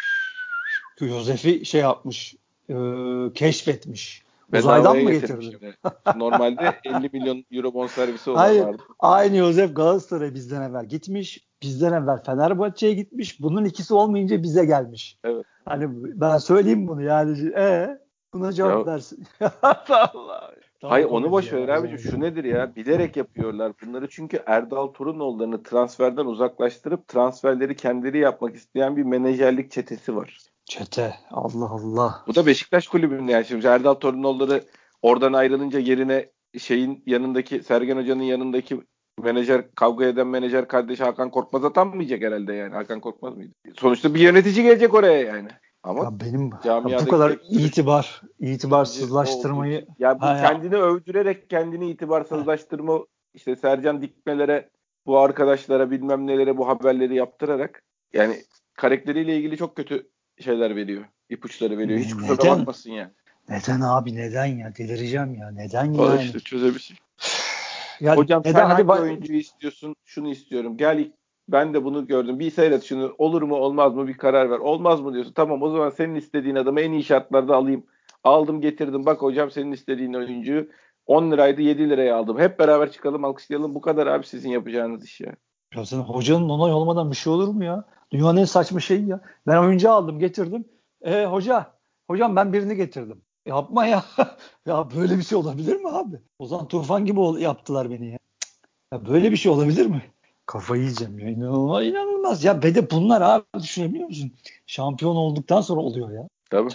Josef'i şey yapmış, e, keşfetmiş. Uzaydan Bedavaya mı getirmiş getirdi? yani. Normalde elli milyon euro bonservisi olan Hayır. vardı. Aynı Josef Galatasaray bizden evvel gitmiş. Bizden evvel Fenerbahçe'ye gitmiş. Bunun ikisi olmayınca bize gelmiş. Evet. Hani ben söyleyeyim bunu yani. E buna cevap Ya versin. Allah Allah. hayır Tam onu komedi boş ya. ver abiciğim. Şu nedir ya? Bilerek yapıyorlar bunları. Çünkü Erdal Torunoğulları'nı transferden uzaklaştırıp transferleri kendileri yapmak isteyen bir menajerlik çetesi var. Çete. Allah Allah. Bu da Beşiktaş kulübünde yani. Şimdi Erdal Torunoğulları oradan ayrılınca yerine şeyin yanındaki Sergen Hoca'nın yanındaki menajer kavga eden menajer kardeşi Hakan Korkmaz atanmayacak herhalde yani. Hakan Korkmaz mıydı? Sonuçta bir yönetici gelecek oraya yani. Ama Ya benim ya bu camiadaki kadar tek itibar, yönetici o olduğu itibarsızlaştırmayı için. Ya bu ha ya, kendini övdürerek kendini itibarsızlaştırma işte Sercan Dikmelere bu arkadaşlara bilmem nelere bu haberleri yaptırarak yani karakteriyle ilgili çok kötü şeyler veriyor. İpuçları veriyor. Hiç ne- kusura neden? bakmasın yani. Neden abi neden ya? Delireceğim ya. Neden O yani? işte çözebilsin. Ya Hocam neden sen hadi hangi ba- oyuncuyu istiyorsun? Şunu istiyorum. Gel ben de bunu gördüm. Bir seyret şunu. Olur mu olmaz mı bir karar ver. Olmaz mı diyorsun. Tamam o zaman senin istediğin adamı en iyi şartlarda alayım. Aldım getirdim. Bak hocam senin istediğin oyuncuyu on liraydı yedi liraya aldım. Hep beraber çıkalım alkışlayalım. Bu kadar abi sizin yapacağınız iş ya. ya sen hocanın onay olmadan bir şey olur mu ya? Dünyanın en saçma şeyi ya. Ben oyuncu aldım, getirdim. E hoca, hocam ben birini getirdim. Yapma ya. Ya böyle bir şey olabilir mi abi? Ozan Tufan gibi ol- yaptılar beni ya. Ya böyle bir şey olabilir mi? Kafayı yiyeceğim ya. İnanılmaz, inanılmaz. Ya be de bunlar abi düşünebiliyor musun? Şampiyon olduktan sonra oluyor ya. Tabii.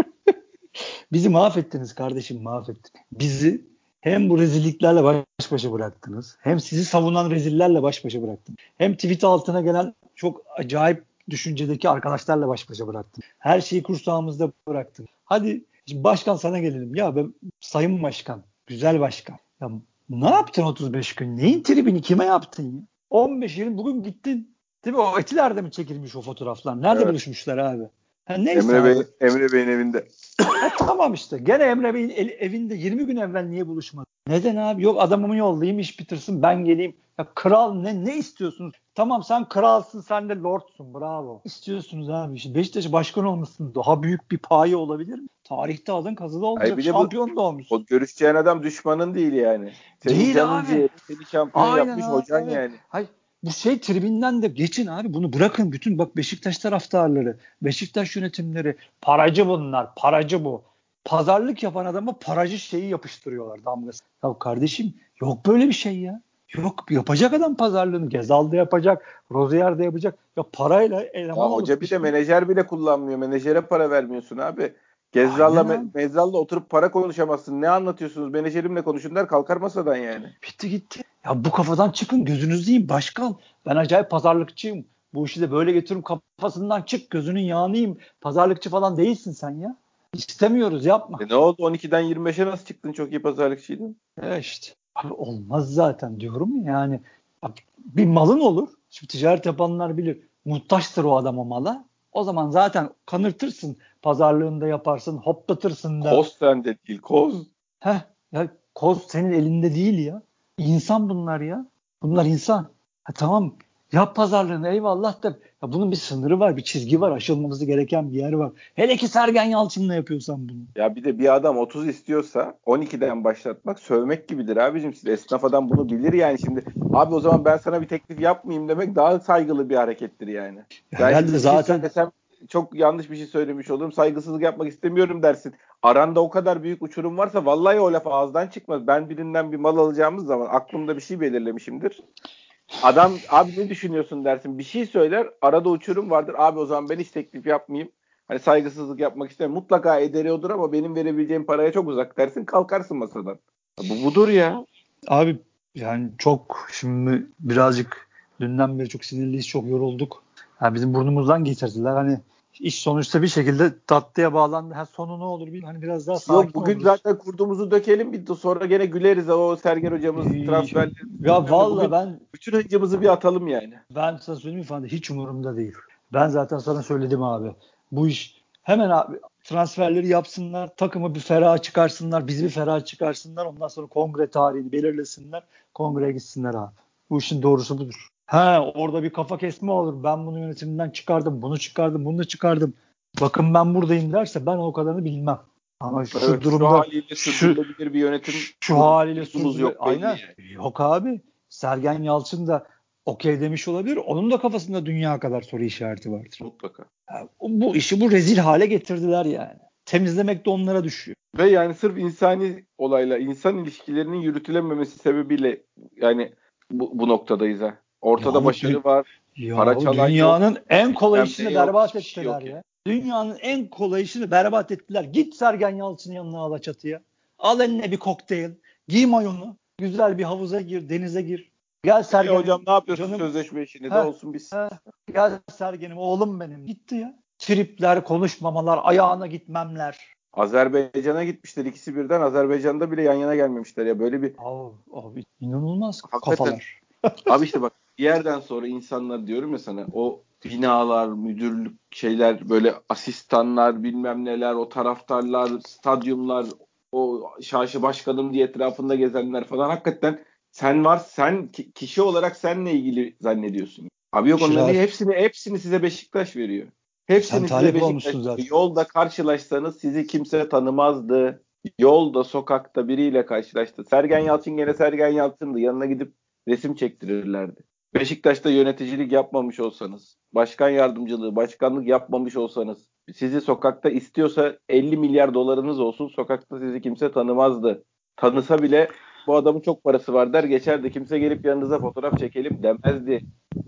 Bizi mahvettiniz kardeşim, mahvettiniz. Bizi hem bu rezilliklerle baş başa bıraktınız, hem sizi savunan rezillerle baş başa bıraktınız. Hem tweet altına gelen çok acayip düşüncedeki arkadaşlarla baş başa bıraktınız. Her şeyi kursağımızda bıraktınız. Hadi şimdi başkan sana gelelim. Ya ben sayın başkan, güzel başkan. Ya ne yaptın otuz beş gün? Neyin tribini kime yaptın ya? on beş yirmi bugün gittin. Değil mi? O Etiler'de mi çekilmiş o fotoğraflar? Nerede Evet. buluşmuşlar abi? Ha, neyse Emre Bey abi. Emre Bey'in evinde. Ha, tamam işte. Gene Emre Bey'in el- evinde yirmi gün evvel niye buluşmadı? Neden abi? Yok adamımı yollayayım iş bitirsin ben geleyim. Ya kral ne ne istiyorsunuz? Tamam sen kralsın sen de lordsun bravo. İstiyorsunuz abi işte Beşiktaş başkan olmuşsun. Daha büyük bir paye olabilir mi? Tarihte adın kazılı Ay olacak. bir de bu Şampiyon da olmuşsun. o görüşeceğin adam düşmanın değil yani. Senin Değil canın abi. ciğeri seni şampiyon Aynen yapmış hocan abi. yani. Hay bu şey tribinden de geçin abi. Bunu bırakın bütün bak Beşiktaş taraftarları, Beşiktaş yönetimleri paracı bunlar. Paracı bu. Pazarlık yapan adama paracı şeyi yapıştırıyorlar damgası. Ya kardeşim yok böyle bir şey ya. Yok yapacak adam pazarlığını. Gezal da yapacak. Rozier de yapacak. Ya parayla Ya eleman alıp hoca bir bir de şey. menajer bile kullanmıyor. Menajere para vermiyorsun abi. Gezzal'la Aynen Me- abi. Mezzal'la oturup para konuşamazsın. Ne anlatıyorsunuz? Menajerimle konuşun der kalkar masadan yani. Bitti gitti. Ya bu kafadan çıkın gözünüzü yiyin başkan. Ben acayip pazarlıkçıyım. Bu işi de böyle getiririm kafasından çık gözünün yağını yiyeyim. Pazarlıkçı falan değilsin sen ya. İstemiyoruz yapma. E ne oldu? on ikiden yirmi beşe nasıl çıktın? Çok iyi pazarlıkçıydın. E işte. Abi olmaz zaten diyorum ya yani. Bak, bir malın olur. Şimdi ticaret yapanlar bilir. Muhtaçtır o adam o mala. O zaman zaten kanırtırsın. Pazarlığında yaparsın. Hoplatırsın da. Koz sende değil. Koz. Heh, ya koz senin elinde değil ya. İnsan bunlar ya. Bunlar insan. Ha, tamam yap pazarlığını eyvallah da ya bunun bir sınırı var, bir çizgi var, aşılması gereken bir yer var. Hele ki Sergen Yalçın'la yapıyorsan bunu. Ya bir de bir adam otuz istiyorsa on ikiden başlatmak sövmek gibidir abicim. Siz esnaf adam bunu bilir yani şimdi. Abi o zaman ben sana bir teklif yapmayayım demek daha saygılı bir harekettir yani. Ben Herhalde şimdi bir şey zaten söylesem çok yanlış bir şey söylemiş olurum. Saygısızlık yapmak istemiyorum dersin. Aranda o kadar büyük uçurum varsa vallahi o laf ağızdan çıkmaz. Ben birinden bir mal alacağımız zaman aklımda bir şey belirlemişimdir. Adam abi ne düşünüyorsun dersin. Bir şey söyler arada uçurum vardır. Abi o zaman ben hiç teklif yapmayayım. hani saygısızlık yapmak ister. Mutlaka ederiyordur ama benim verebileceğim paraya çok uzak dersin. Kalkarsın masadan. Bu budur ya. Abi yani çok şimdi birazcık dünden beri çok sinirliyiz, çok yorulduk. Yani bizim burnumuzdan getirdiler. Hani iş sonuçta bir şekilde tatlıya bağlandı. Ha, sonu ne olur bilmiyorum. Hani biraz daha Yok sakin bugün oluruz. zaten kurduğumuzu dökelim bir sonra gene güleriz. O Sergen hocamız Ee, transferleri. Ya valla Bugün ben bütün hıncımızı bir atalım yani. ben sana söyleyeyim mi falan hiç umurumda değil. Ben zaten sana söyledim abi. Bu iş hemen abi transferleri yapsınlar, takımı bir ferah çıkarsınlar, bizi bir ferah çıkarsınlar. Ondan sonra kongre tarihini belirlesinler. Kongreye gitsinler abi. Bu işin doğrusu budur. Ha orada bir kafa kesme olur. Ben bunu yönetimden çıkardım, bunu çıkardım, bunu da çıkardım. Bakın ben buradayım derse ben o kadarını bilmem. Ama şu Evet, şu durumda haliyle şu sürdürülebilir bir yönetim şu haliyle durumumuz sürdürü yok belli aynen. yani. Yok abi. Sergen Yalçın da okey demiş olabilir. Onun da kafasında dünya kadar soru işareti vardır. Mutlaka. Yani bu işi bu rezil hale getirdiler yani. Temizlemek de onlara düşüyor. Ve yani sırf insani olayla insan ilişkilerinin yürütülememesi sebebiyle yani bu, bu noktadayız ha. Ortada Yahu, başarı dü- var. Para yahu çalan yok. dünyanın en kolay Bilmem ne işini yok. berbat Hiçbir şey ettiler yok yani. ya. Dünyanın en kolay işini berbat ettiler. Git Sergen Yalçın'ın yanına al çatıya. Al eline bir kokteyl. Giy mayonu. Güzel bir havuza gir, denize gir. Gel E hocam Sergen'im ne yapıyorsun canım. sözleşme işini de Heh, olsun biz. heh, gel Sergen'im oğlum benim. Gitti ya. Tripler, konuşmamalar, ayağına gitmemler. Azerbaycan'a gitmişler ikisi birden. Azerbaycan'da bile yan yana gelmemişler ya. Böyle bir Abi, abi inanılmaz hakikaten kafalar. abi işte bak bir yerden sonra insanlar diyorum ya sana o binalar, müdürlük şeyler böyle asistanlar bilmem neler o taraftarlar, stadyumlar o şaşı başkanım diye etrafında gezenler falan hakikaten sen var sen ki- kişi olarak seninle ilgili zannediyorsun. Abi yok onların Kiraz. hepsini hepsini size Beşiktaş veriyor. Sen Hepsini size talip Beşiktaş olmuşsun veriyor. zaten. Yolda karşılaşsanız sizi kimse tanımazdı. Yolda, sokakta biriyle karşılaştı. Sergen Yalçın gene Sergen Yalçın'dı. Yanına gidip resim çektirirlerdi. Beşiktaş'ta yöneticilik yapmamış olsanız, başkan yardımcılığı, başkanlık yapmamış olsanız, sizi sokakta istiyorsa elli milyar dolarınız olsun, sokakta sizi kimse tanımazdı. Tanısa bile bu adamın çok parası var der geçerdi. Kimse gelip yanınıza fotoğraf çekelim demezdi.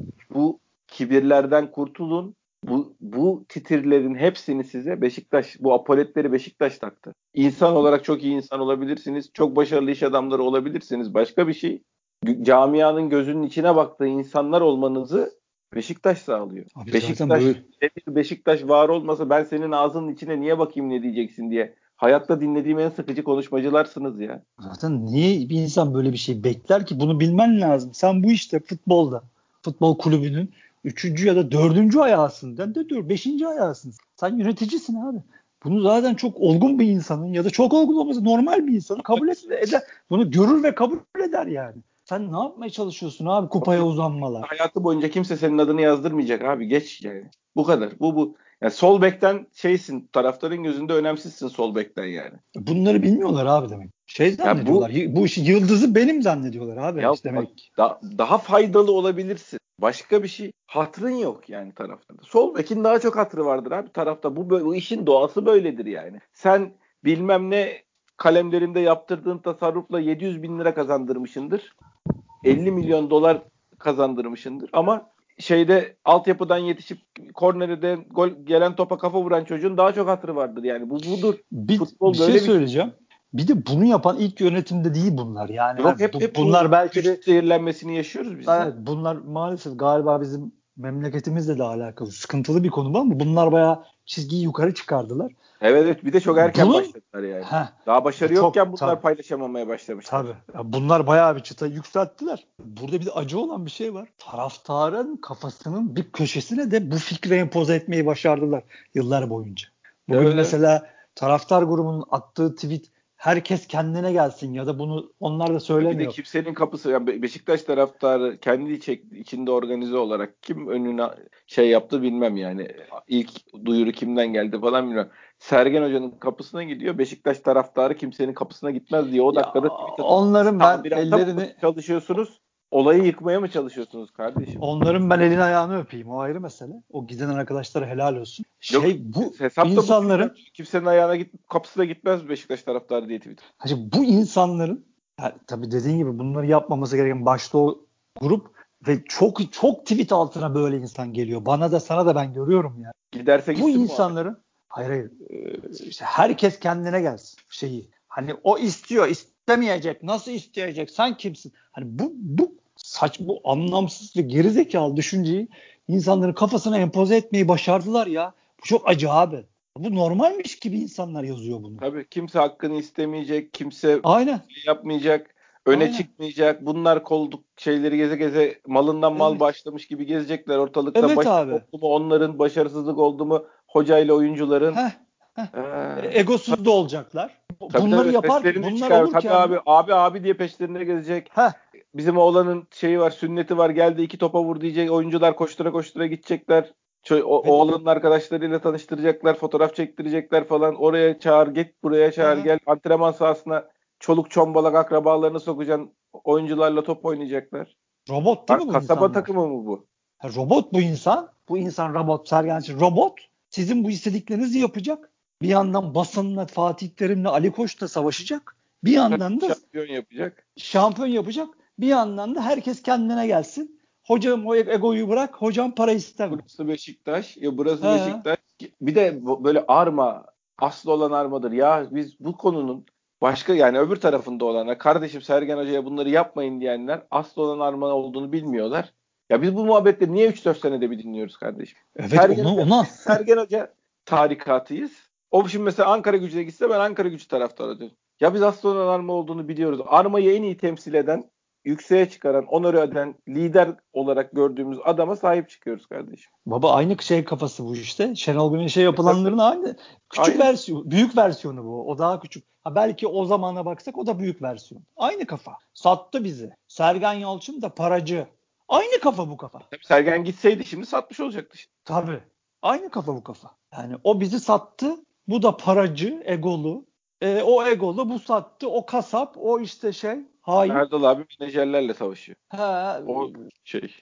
Bu kibirlerden kurtulun. Bu, bu titirlerin hepsini size Beşiktaş, bu apoletleri Beşiktaş taktı. İnsan olarak çok iyi insan olabilirsiniz. Çok başarılı iş adamları olabilirsiniz. Başka bir şey. Camianın gözünün içine baktığı insanlar olmanızı Beşiktaş sağlıyor. Abi zaten Beşiktaş, böyle bir Beşiktaş var olmasa ben senin ağzının içine niye bakayım ne diyeceksin diye. Hayatta dinlediğim en sıkıcı konuşmacılarsınız ya. zaten niye bir insan böyle bir şey bekler ki? Bunu bilmen lazım. Sen bu işte futbolda, futbol kulübünün üçüncü ya da dördüncü ayağısın. Ben de diyorum beşinci ayağısın. Sen yöneticisin abi. Bunu zaten çok olgun bir insanın ya da çok olgun olması normal bir insanın kabul eder. Bunu görür ve kabul eder yani. Sen ne yapmaya çalışıyorsun abi kupaya uzanmalar? Hayatı boyunca kimse senin adını yazdırmayacak abi. Geç yani. Bu kadar. Bu bu. Yani sol bekten şeysin. Taraftarın gözünde önemsizsin sol bekten yani. Bunları bilmiyorlar abi demek. Şey Ya zannediyorlar. bu y- Bu işi yıldızı benim zannediyorlar abi ya bak demek. da, daha faydalı olabilirsin. Başka bir şey. Hatırın yok yani taraftarda. Sol bekin daha çok hatırı vardır abi tarafta. Bu, bu işin doğası böyledir yani. Sen bilmem ne kalemlerinde yaptırdığın tasarrufla yedi yüz bin lira kazandırmışındır. elli milyon dolar kazandırmışındır. Ama şeyde altyapıdan yetişip kornerden gol gelen topa kafa vuran çocuğun daha çok hatırı vardır. Yani bu budur. Bir, bir Futbol şey böyle bir şey. söyleyeceğim. Bir de bunu yapan ilk yönetimde değil bunlar. Yani Yok hani hep bu, hep bu bunlar belki güç de zehirlenmesini yaşıyoruz biz evet, ya. bunlar maalesef galiba bizim memleketimizle de alakalı sıkıntılı bir konu ama bunlar bayağı çizgiyi yukarı çıkardılar. Evet evet bir de çok erken Bunun başladılar yani. heh, Daha bu başarı çok yokken bunlar tabii paylaşamamaya başlamışlar. tabii. Ya bunlar bayağı bir çıta yükselttiler. Burada bir de acı olan bir şey var. Taraftarın kafasının bir köşesine de bu fikri empoze etmeyi başardılar yıllar boyunca. Bugün Evet evet. mesela taraftar grubunun attığı tweet herkes kendine gelsin ya da bunu onlar da Bir de söylemiyor. kimsenin kapısı yani Be- Beşiktaş taraftarı kendi içe- içinde organize olarak kim önüne şey yaptı bilmem yani. İlk duyuru kimden geldi falan bilmem. Sergen Hoca'nın kapısına gidiyor. Beşiktaş taraftarı kimsenin kapısına gitmez diye o Ya dakikada tweet atıyor. onların ben Tadilata mı ellerini çalışıyorsunuz? Olayı yıkmaya mı çalışıyorsunuz kardeşim? onların ben elini ayağını öpeyim. O ayrı mesele. O giden arkadaşlara helal olsun. Yok Şey bu hesapta bu tweet insanların atıyor. Kimsenin ayağına git kapısına gitmez Beşiktaş taraftarı diye tweet. Hacı bu insanların ha, tabii dediğin gibi bunları yapmaması gereken başta o grup ve çok çok tweet altına böyle insan geliyor. Bana da sana da ben görüyorum ya. Giderse Bu gitsin muhabbet. insanların Hayır hayır. Ee, işte herkes kendine gelsin şeyi. Hani o istiyor, istemeyecek. Nasıl isteyecek? Sen kimsin? Hani bu bu saç bu anlamsız ve gerizekalı düşünceyi insanların kafasına empoze etmeyi başardılar ya. Bu çok acı abi. Bu normalmiş gibi insanlar yazıyor bunu. Tabii kimse hakkını istemeyecek, kimse Aynen. şey yapmayacak, öne Aynen. çıkmayacak. Bunlar kolluk şeyleri geze geze malından mal Evet. başlamış gibi gezecekler ortalıkta. Evet Başarı abi. oldu mu onların, başarısızlık oldu mu hocayla oyuncuların. Heh. Heh. Ee, E, egosuz da olacaklar. Bu- tabii Bunları tabii yapar seslerini bunlar çıkar. olurken Tabii abi. abi abi abi diye peşlerine gezecek. Heh. Bizim oğlanın şeyi var, sünneti var. Geldi iki topa vur diyecek. Oyuncular koştura koştura gidecekler. Ço- o, Ve, oğlanın arkadaşlarıyla tanıştıracaklar, fotoğraf çektirecekler falan. Oraya çağır, git buraya çağır, heh. gel. Antrenman sahasına çoluk çombalak akrabalarını sokacaksın. Oyuncularla top oynayacaklar. Robot değil Ha, mi bu kasaba insanlar? takımı mı bu? Ha, robot bu insan. Bu insan robot. Sergen Yalçın robot. Sizin bu istediklerinizi yapacak. Bir yandan basınla, Fatih Terim'le, Ali Koç'la savaşacak. Bir yandan da Şampiyon yapacak. şampiyon yapacak. Bir yandan da herkes kendine gelsin. Hocam o egoyu bırak. Hocam para isteme. Burası Beşiktaş. Ya burası He. Beşiktaş. Bir de bu- böyle arma, aslı olan armadır. Ya biz bu konunun başka yani öbür tarafında olanlar, kardeşim Sergen Hoca'ya bunları yapmayın diyenler aslı olan arma olduğunu bilmiyorlar. Ya biz bu muhabbetleri niye üç dört senede bir dinliyoruz kardeşim? Evet Sergen onu Hoca, ona. biz Sergen Hoca tarikatıyız. O şimdi mesela Ankara Gücü'ne gitse ben Ankara Gücü taraftarı diyorum. Ya biz aslı olan arma olduğunu biliyoruz. Armayı en iyi temsil eden, yükseğe çıkaran, onore eden, lider olarak gördüğümüz adama sahip çıkıyoruz kardeşim. Baba aynı şey kafası bu işte. Şenol Güneş'e E tabii yapılanların tabii. aynı. Küçük Aynı. versiyon, büyük versiyonu bu. O daha küçük. Ha belki o zamana baksak o da büyük versiyon. Aynı kafa. Sattı bizi. Sergen Yalçın da paracı. Aynı kafa bu kafa. Tabii Sergen gitseydi şimdi satmış olacaktı. Şimdi. Tabii. Aynı kafa bu kafa. Yani o bizi sattı. Bu da paracı, egolu. E, o egolu, bu sattı. O kasap, o işte şey, hain. Erdal abi menajerlerle savaşıyor. Ha, O şey.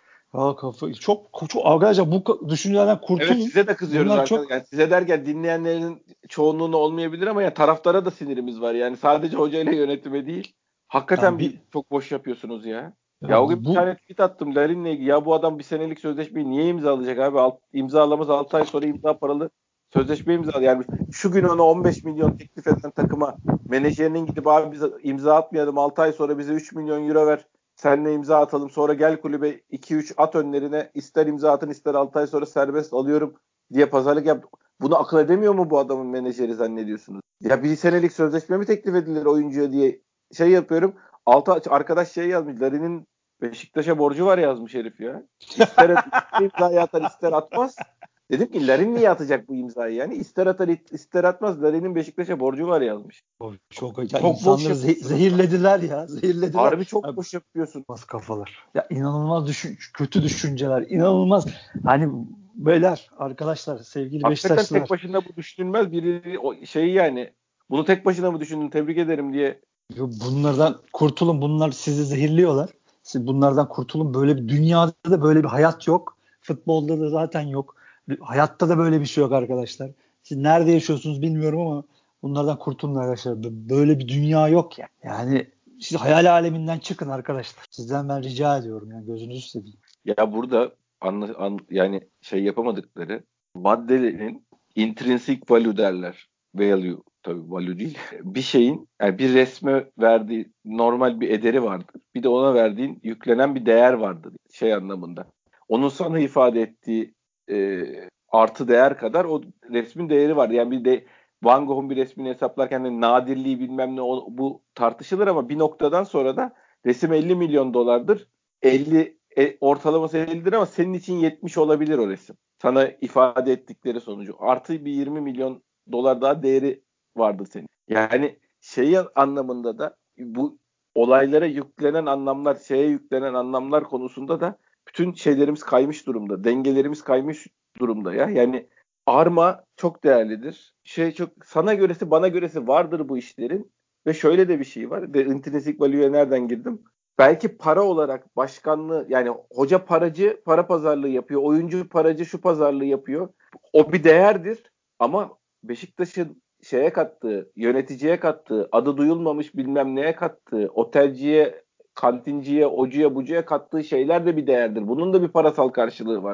ha kafa. Çok, çok arkadaşlar bu ka- düşüncelerden Evet kurtulun. size de kızıyoruz Bunlar arkadaşlar. çok Yani size derken dinleyenlerin çoğunluğuna olmayabilir ama yani taraftara da sinirimiz var. Yani sadece hocayla yönetime değil. yani Hakikaten bir bir çok boş yapıyorsunuz ya. ya Ya o gün bir bu tane tweet attım Larin'le ilgili. Ya bu adam bir senelik sözleşmeyi niye imzalayacak abi? Alt, imzalamaz altı ay sonra imza paralı sözleşme imzalı. Yani şu gün ona on beş milyon teklif eden takıma menajerinin gidip abi biz imza atmayalım altı ay sonra bize üç milyon euro ver. Seninle imza atalım. Sonra gel kulübe iki üç at önlerine ister imza atın ister altı ay sonra serbest alıyorum diye pazarlık yap. Bunu akıl edemiyor mu bu adamın menajeri zannediyorsunuz? Ya bir senelik sözleşme mi teklif edilir oyuncuya diye şey yapıyorum. Altı arkadaş şey yazmış. Larin'in Beşiktaş'a borcu var yazmış herif ya. İster, ister imzayı atar ister atmaz. Dedim ki Larin niye atacak bu imzayı yani? İster atar ister atmaz. Larin'in Beşiktaş'a borcu var yazmış. çok ya Çok boş insanları ze- yapıyorsunuz lan. zehirlediler ya. Zehirlediler. Harbi çok Ya, boş yapıyorsun. bas kafalar. Ya inanılmaz düşün kötü düşünceler. İnanılmaz. Hani beyler, arkadaşlar, sevgili Hakikaten tek Beşiktaşlılar. başına bu düşünülmez. Biri o şeyi yani bunu tek başına mı düşündün tebrik ederim diye. Bunlardan kurtulun. Bunlar sizi zehirliyorlar. Siz bunlardan kurtulun. Böyle bir dünyada da böyle bir hayat yok. Futbolda da zaten yok. Hayatta da böyle bir şey yok arkadaşlar. Siz nerede yaşıyorsunuz bilmiyorum ama bunlardan kurtulun arkadaşlar. Böyle bir dünya yok ya. Yani siz hayal aleminden çıkın arkadaşlar. Sizden ben rica ediyorum yani gözünüzü seveyim. Ya burada anla, an, yani şey yapamadıkları maddelerin intrinsic value derler. Value tabii value değil. Bir şeyin yani bir resme verdiği normal bir ederi vardır. Bir de ona verdiğin yüklenen bir değer vardır şey anlamında. Onun sana ifade ettiği e, artı değer kadar o resmin değeri var. Yani bir de Van Gogh'un bir resmini hesaplarken de nadirliği bilmem ne o, bu tartışılır ama bir noktadan sonra da resim elli milyon dolardır. elli e, ortalaması ellidir ama senin için yetmiş olabilir o resim. Sana ifade ettikleri sonucu. Artı bir yirmi milyon dolar daha değeri vardır senin. Yani şey anlamında da bu olaylara yüklenen anlamlar, şeye yüklenen anlamlar konusunda da bütün şeylerimiz kaymış durumda. Dengelerimiz kaymış durumda ya. Yani arma çok değerlidir. Şey çok sana göresi bana göresi vardır bu işlerin. Ve şöyle de bir şey var. Ve intrinsic value'ya nereden girdim? Belki para olarak başkanlığı yani hoca paracı para pazarlığı yapıyor. Oyuncu paracı şu pazarlığı yapıyor. O bir değerdir ama Beşiktaş'ın şeye kattığı, yöneticiye kattığı, adı duyulmamış bilmem neye kattığı, otelciye, kantinciye, ocuya, bucuya kattığı şeyler de bir değerdir. Bunun da bir parasal karşılığı vardır.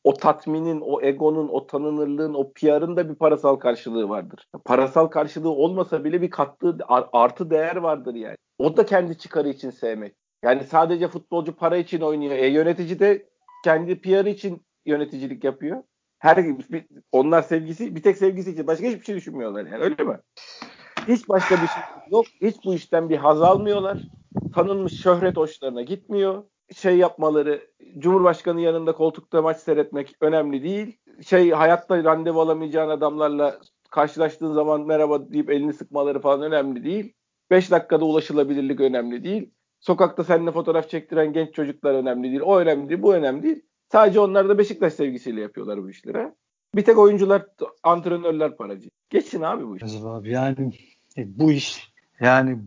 o tatminin, o egonun, o tanınırlığın, o P R'ın da bir parasal karşılığı vardır. Parasal karşılığı olmasa bile bir kattığı artı değer vardır yani. O da kendi çıkarı için sevmek. Yani sadece futbolcu para için oynuyor. E yönetici de kendi P R için yöneticilik yapıyor. Her bir, onlar sevgisi, bir tek sevgisi için başka hiçbir şey düşünmüyorlar yani, öyle mi? Hiç başka bir şey yok. Hiç bu işten bir haz almıyorlar. Tanınmış şöhret hoşlarına gitmiyor. Şey yapmaları, Cumhurbaşkanı yanında koltukta maç seyretmek önemli değil. Şey, hayatta randevu alamayacağın adamlarla karşılaştığın zaman merhaba deyip elini sıkmaları falan önemli değil. beş dakikada ulaşılabilirlik önemli değil. Sokakta seninle fotoğraf çektiren genç çocuklar önemli değil. O önemli değil, bu önemli değil. Sadece onlar da Beşiktaş sevgisiyle yapıyorlar bu işleri. Bir tek oyuncular, antrenörler paracı. Geçin abi bu iş. Abi yani e, bu iş yani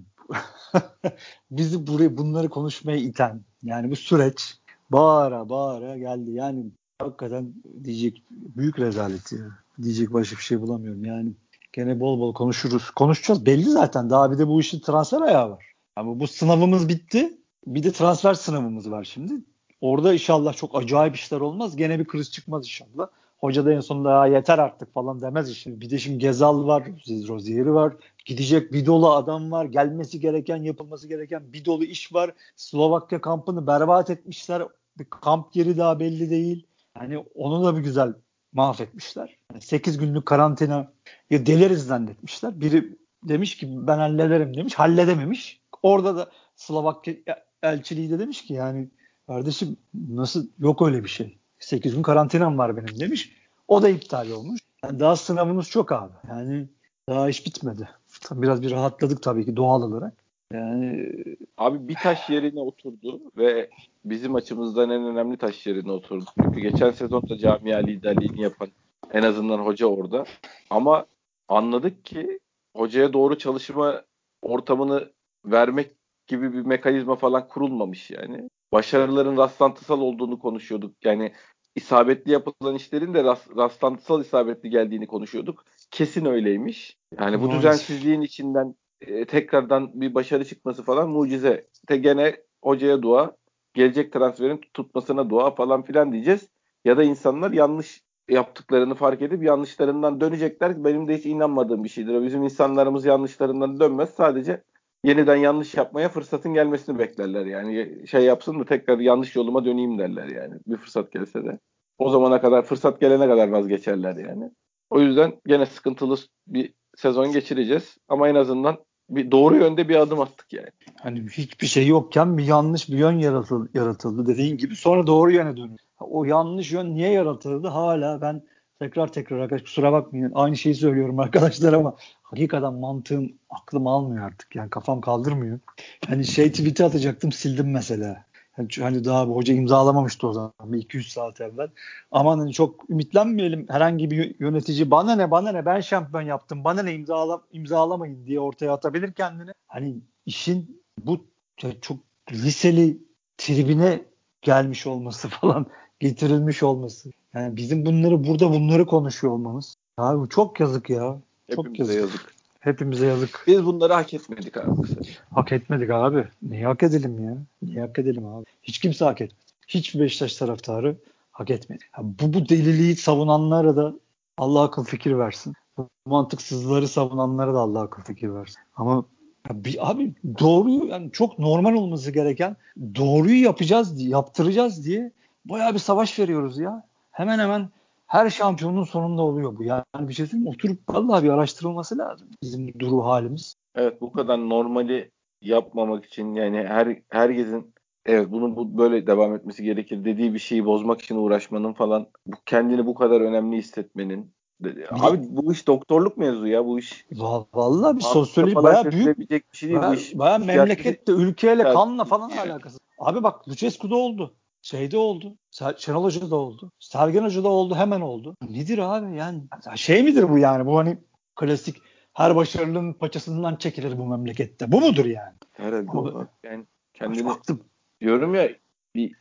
bizi buraya bunları konuşmaya iten yani bu süreç bağıra bağıra geldi. Yani hakikaten diyecek büyük rezalet ya. Diyecek başka bir şey bulamıyorum. Yani gene bol bol konuşuruz. Konuşacağız. Belli zaten. Daha bir de bu işin transfer ayağı var. Ama bu sınavımız bitti. Bir de transfer sınavımız var şimdi. Orada inşallah çok acayip işler olmaz. Gene bir kriz çıkmaz inşallah. Hoca da en sonunda ya yeter artık falan demez işte. Bir de şimdi Gezal var, Rozier'i var. Gidecek bir dolu adam var. Gelmesi gereken, yapılması gereken bir dolu iş var. Slovakya kampını berbat etmişler. Bir kamp yeri daha belli değil. Yani onu da bir güzel mahvetmişler. Yani sekiz günlük karantina ya deliriz zannetmişler. Biri demiş ki ben hallederim demiş. Halledememiş. Orada da Slovakya elçiliği de demiş ki yani kardeşim nasıl, yok öyle bir şey. sekiz gün karantinam var benim demiş. O da iptal olmuş. Yani daha sınavımız çok abi. Yani daha iş bitmedi. Biraz bir rahatladık tabii ki doğal olarak. Yani Abi bir taş yerine oturdu ve bizim açımızdan en önemli taş yerine oturdu. Çünkü geçen sezon da camia liderliğini yapan en azından hoca orada. Ama anladık ki hocaya doğru çalışma ortamını vermek gibi bir mekanizma falan kurulmamış yani. Başarıların rastlantısal olduğunu konuşuyorduk. Yani isabetli yapılan işlerin de rast, rastlantısal isabetli geldiğini konuşuyorduk. Kesin öyleymiş. Yani bu maalesef. düzensizliğin içinden e, tekrardan bir başarı çıkması falan mucize. Te gene hocaya dua, gelecek transferin tutmasına dua falan filan diyeceğiz. Ya da insanlar yanlış yaptıklarını fark edip yanlışlarından dönecekler. Benim de hiç inanmadığım bir şeydir. O bizim insanlarımız yanlışlarından dönmez. Sadece yeniden yanlış yapmaya fırsatın gelmesini beklerler. Yani şey yapsın da tekrar yanlış yoluma döneyim derler yani. Bir fırsat gelse de. O zamana kadar, fırsat gelene kadar vazgeçerler yani. O yüzden gene sıkıntılı bir sezon geçireceğiz. Ama en azından bir doğru yönde bir adım attık yani. Hani hiçbir şey yokken bir yanlış bir yön yaratıldı, yaratıldı dediğin gibi, sonra doğru yöne dönüyor. O yanlış yön niye yaratıldı? Hala ben tekrar tekrar arkadaş kusura bakmayın aynı şeyi söylüyorum arkadaşlar ama hakikaten mantığım aklım almıyor artık. Yani kafam kaldırmıyor. Hani şey tweet'i atacaktım sildim mesela. Yani hani daha bu hoca imzalamamıştı o zaman bir iki üç saat evvel. Aman hani çok ümitlenmeyelim, herhangi bir yönetici bana ne bana ne ben şampiyon yaptım bana ne imzala, imzalamayın diye ortaya atabilir kendini. Hani işin bu çok liseli tribine gelmiş olması falan, getirilmiş olması. Yani bizim bunları burada bunları konuşuyor olmamız. Abi çok yazık ya. Çok Hepimize yazık. yazık. Hepimize yazık. Biz bunları hak etmedik abi kısaca. Hak etmedik abi. Niye hak edelim ya? Niye hak edelim abi? Hiç kimse hak etmedi. Hiçbir Beşiktaş taraftarı hak etmedi. Ha, bu, bu deliliği savunanlara da Allah akıl fikir versin. Bu mantıksızları savunanlara da Allah akıl fikir versin. Ama ya bir, abi doğruyu, yani çok normal olması gereken doğruyu yapacağız diye, yaptıracağız diye bayağı bir savaş veriyoruz ya. Hemen hemen her şampiyonun sonunda oluyor bu. Yani bir şey söyleyeyim mi? Oturup vallahi bir araştırılması lazım bizim duru halimiz. Evet, bu kadar normali yapmamak için yani her herkesin evet bunu bu böyle devam etmesi gerekir dediği bir şeyi bozmak için uğraşmanın falan, bu kendini bu kadar önemli hissetmenin, Bir de abi bu iş doktorluk mevzu ya, bu iş vallahi bir mantıkla sosyoloji falan bayağı büyük, çözülebilecek bir şey değil, bu bayağı, iş bayağı psikiyatri memlekette ülkeyle kanla falan yani. alakası. Abi bak Lucescu'da oldu. Şeyde oldu. Şenol Hoca'da oldu. Sergen Hoca'da oldu. Hemen oldu. Nedir abi yani? Şey midir bu yani? Bu hani klasik her başarılının paçasından çekilir bu memlekette. Bu mudur yani? Herhalde Ama o. Yani şu kendini, aklım. diyorum ya, bir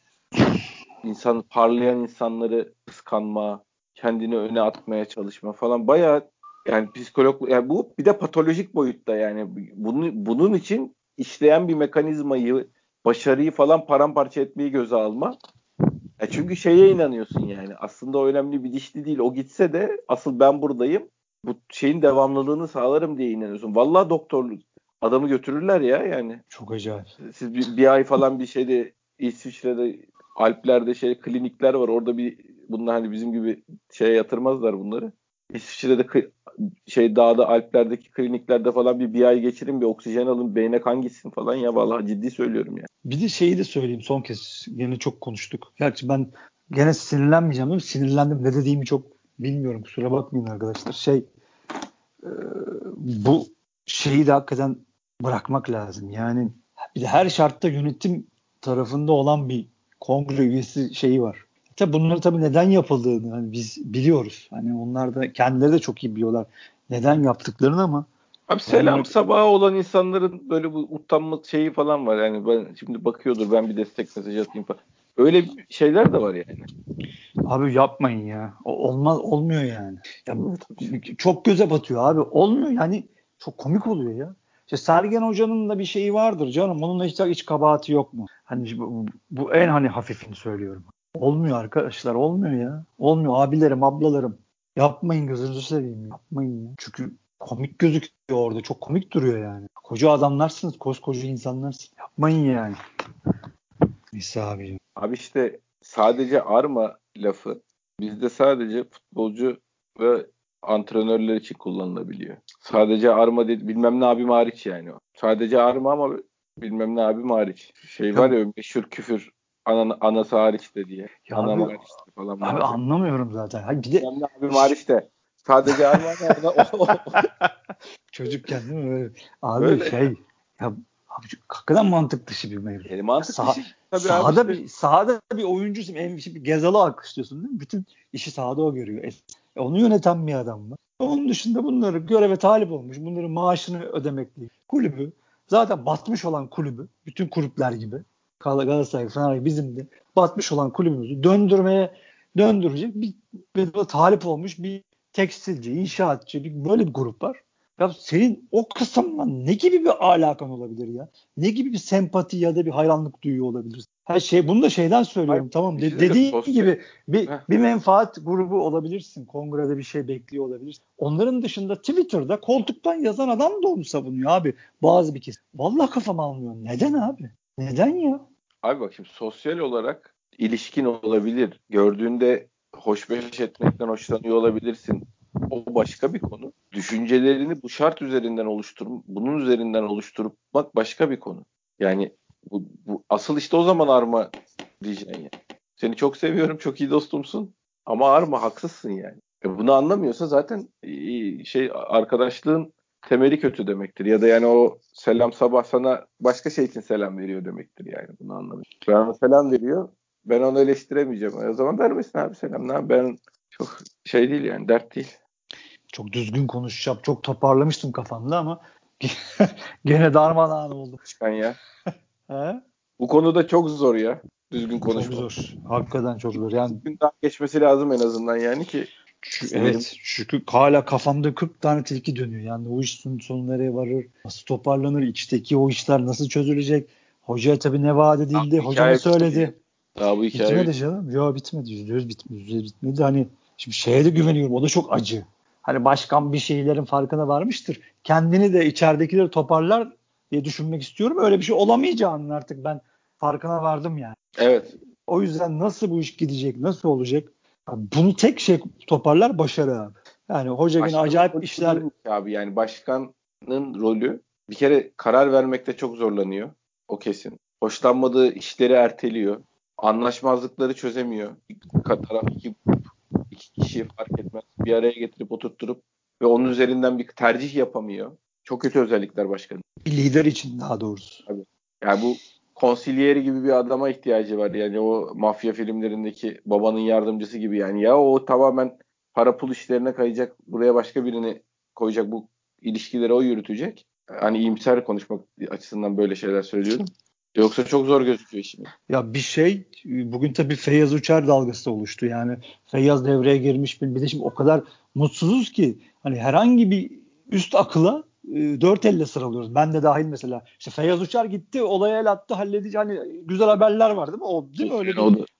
insan, parlayan insanları kıskanma, kendini öne atmaya çalışma falan bayağı, yani psikolog, yani bu bir de patolojik boyutta yani bunu, bunun için işleyen bir mekanizmayı, başarıyı falan paramparça etmeyi göze alma. Ya çünkü şeye inanıyorsun yani. Aslında o önemli bir dişli değil. O gitse de asıl ben buradayım. Bu şeyin devamlılığını sağlarım diye inanıyorsun. Vallahi doktorluk adamı götürürler ya yani. Çok acayip. Siz bir, bir ay falan bir şeyde İsviçre'de Alplerde şey klinikler var. Orada bir bunlar hani bizim gibi şeye yatırmazlar bunları. İsviçre'de kı- şey dağda Alplerdeki kliniklerde falan bir bir ay geçirin bir oksijen alın beyne kan gitsin falan ya vallahi ciddi söylüyorum ya. Bir de şeyi de söyleyeyim son kez. Yine çok konuştuk. Gerçi ben gene sinirlenmeyeceğim değil mi? Sinirlendim. Ne dediğimi çok bilmiyorum. Kusura bakmayın arkadaşlar. Şey e, bu şeyi de hakikaten bırakmak lazım. Yani bir de her şartta yönetim tarafında olan bir kongre üyesi şeyi var. Tabii bunları tabii neden yapıldığını hani biz biliyoruz. Hani onlar da kendileri de çok iyi biliyorlar neden yaptıklarını ama Abi selam yani sabahı olan insanların böyle bu utanma şeyi falan var. Yani ben şimdi bakıyordur ben bir destek mesajı atayım falan. Öyle şeyler de var yani. abi yapmayın ya. O- olmaz olmuyor yani. Ya, çok göze batıyor abi. Olmuyor yani çok komik oluyor ya. İşte Sergen Hoca'nın da bir şeyi vardır canım. Onun da hiç, hiç kabahati yok mu? Hani bu, bu en hani hafifini söylüyorum. Olmuyor arkadaşlar olmuyor ya. Olmuyor abilerim ablalarım. Yapmayın gözünüzü seveyim yapmayın ya. Çünkü komik gözüküyor orada. Çok komik duruyor yani. Koca adamlarsınız koskoca insanlarsınız. Yapmayın yani. Neyse abi. Abi işte sadece arma lafı bizde sadece futbolcu ve antrenörler için kullanılabiliyor. Sadece arma dedi, bilmem ne abim hariç yani o. Sadece arma ama bilmem ne abim hariç. Şey Ya, var ya meşhur küfür ana, anası hariç de diye. ya Anam abi hariç de falan Abi muhabbet. anlamıyorum zaten. Ha bir de Bilmem ne abim Şş, hariç de. Sadece arma ama o da o, o- çocukken değil mi? Böyle, abi öyle şey ya. ya abi, hakikaten mantık dışı bir mevzu. Yani Ya mantık sah dışı tabii abi sahada işte. bir sahada bir oyuncusun. En bir Gezal'ı alkışlıyorsun değil mi? Bütün işi sahada o görüyor. E, e, onu yöneten bir adam var. Onun dışında bunları göreve talip olmuş. Bunların maaşını ödemekli. Kulübü zaten batmış olan kulübü. Bütün kulüpler gibi. Gal- Galatasaray, Fenerbahçe bizim de batmış olan kulübümüzü döndürmeye döndürecek bir, bir talip olmuş bir tekstilci, inşaatçı bir, böyle bir grup var. Ya senin o kısımla ne gibi bir alakan olabilir ya? Ne gibi bir sempati ya da bir hayranlık duyuyor olabilir? Her şey bunu da şeyden Hayır, söylüyorum tamam. bir şey De, söyleyeyim. dediğin Sosyal. gibi bir Heh. bir menfaat grubu olabilirsin. Kongrede bir şey bekliyor olabilirsin. Onların dışında Twitter'da koltuktan yazan adam da onu savunuyor abi. Bazı bir kesim. Vallahi kafam almıyor. Neden abi? Neden ya? Abi bak şimdi sosyal olarak ilişkin olabilir. Gördüğünde hoşbeş etmekten hoşlanıyor olabilirsin. O başka bir konu. Düşüncelerini bu şart üzerinden oluşturup, bunun üzerinden oluşturmak başka bir konu. Yani bu, bu asıl işte o zaman arma diyeceksin yani. Seni çok seviyorum, çok iyi dostumsun ama arma haksızsın yani. E bunu anlamıyorsa zaten e, şey arkadaşlığın temeli kötü demektir. Ya da yani o selam sabah sana başka şey için selam veriyor demektir yani. Bunu anlamıyorum. Bana selam veriyor. Ben onu eleştiremeyeceğim. O zaman vermesin abi selam. Ne ben çok şey değil yani dert değil. Çok düzgün konuşacağım. Çok toparlamıştım kafamda ama gene darmadağın oldum. Çıkan ya. He? Bu konuda çok zor ya. Düzgün Çok konuşmak. zor. Hakikaten çok zor. Yani Gün daha geçmesi lazım en azından yani ki Şu- sinirim. evet çünkü hala kafamda kırk tane tilki dönüyor. Yani o işin sonu nereye varır? Nasıl toparlanır? İçteki o işler nasıl çözülecek? Hocaya tabii ne vaat Daha edildi? bu Hoca ne hikaye bitmedi ya. söyledi? Daha bu hikaye Bitmedi bitmedi. canım. Yok bitmedi. Yüzde yüz bitmedi. Yüzde yüz bitmedi. Hani şimdi şeye de güveniyorum. O da çok acı. Hani başkan bir şeylerin farkına varmıştır. Kendini de içeridekileri toparlar diye düşünmek istiyorum. Öyle bir şey olamayacağının artık ben farkına vardım yani. Evet. O yüzden nasıl bu iş gidecek, nasıl olacak? Bunu tek şey toparlar başarı abi. Yani hoca yine Başkanın acayip rolü bu işler değilmiş abi. Yani başkanın rolü bir kere karar vermekte çok zorlanıyor. O kesin. Hoşlanmadığı işleri erteliyor. Anlaşmazlıkları çözemiyor. İki taraf, iki grup, iki kişi fark etmez. Bir araya getirip oturtturup ve onun üzerinden bir tercih yapamıyor. Çok kötü özellikler başkanın. bir lider için daha doğrusu. Abi. Yani bu konsilyeri gibi bir adama ihtiyacı var. Yani o mafya filmlerindeki babanın yardımcısı gibi yani. Ya o tamamen para pul işlerine kayacak. Buraya başka birini koyacak. Bu ilişkileri o yürütecek. Hani iyimser konuşmak açısından böyle şeyler söylüyorum. Yoksa çok zor gözüküyor şimdi. Ya bir şey bugün tabii Feyyaz Uçar dalgası oluştu. Yani Feyyaz devreye girmiş bir, bir de şimdi o kadar mutsuzuz ki hani herhangi bir üst akıla e, dört elle sıralıyoruz. Ben de dahil mesela. İşte Feyyaz Uçar gitti, olaya el attı, halledici hani güzel haberler var değil mi? O değil mi? Öyle Yani bir o da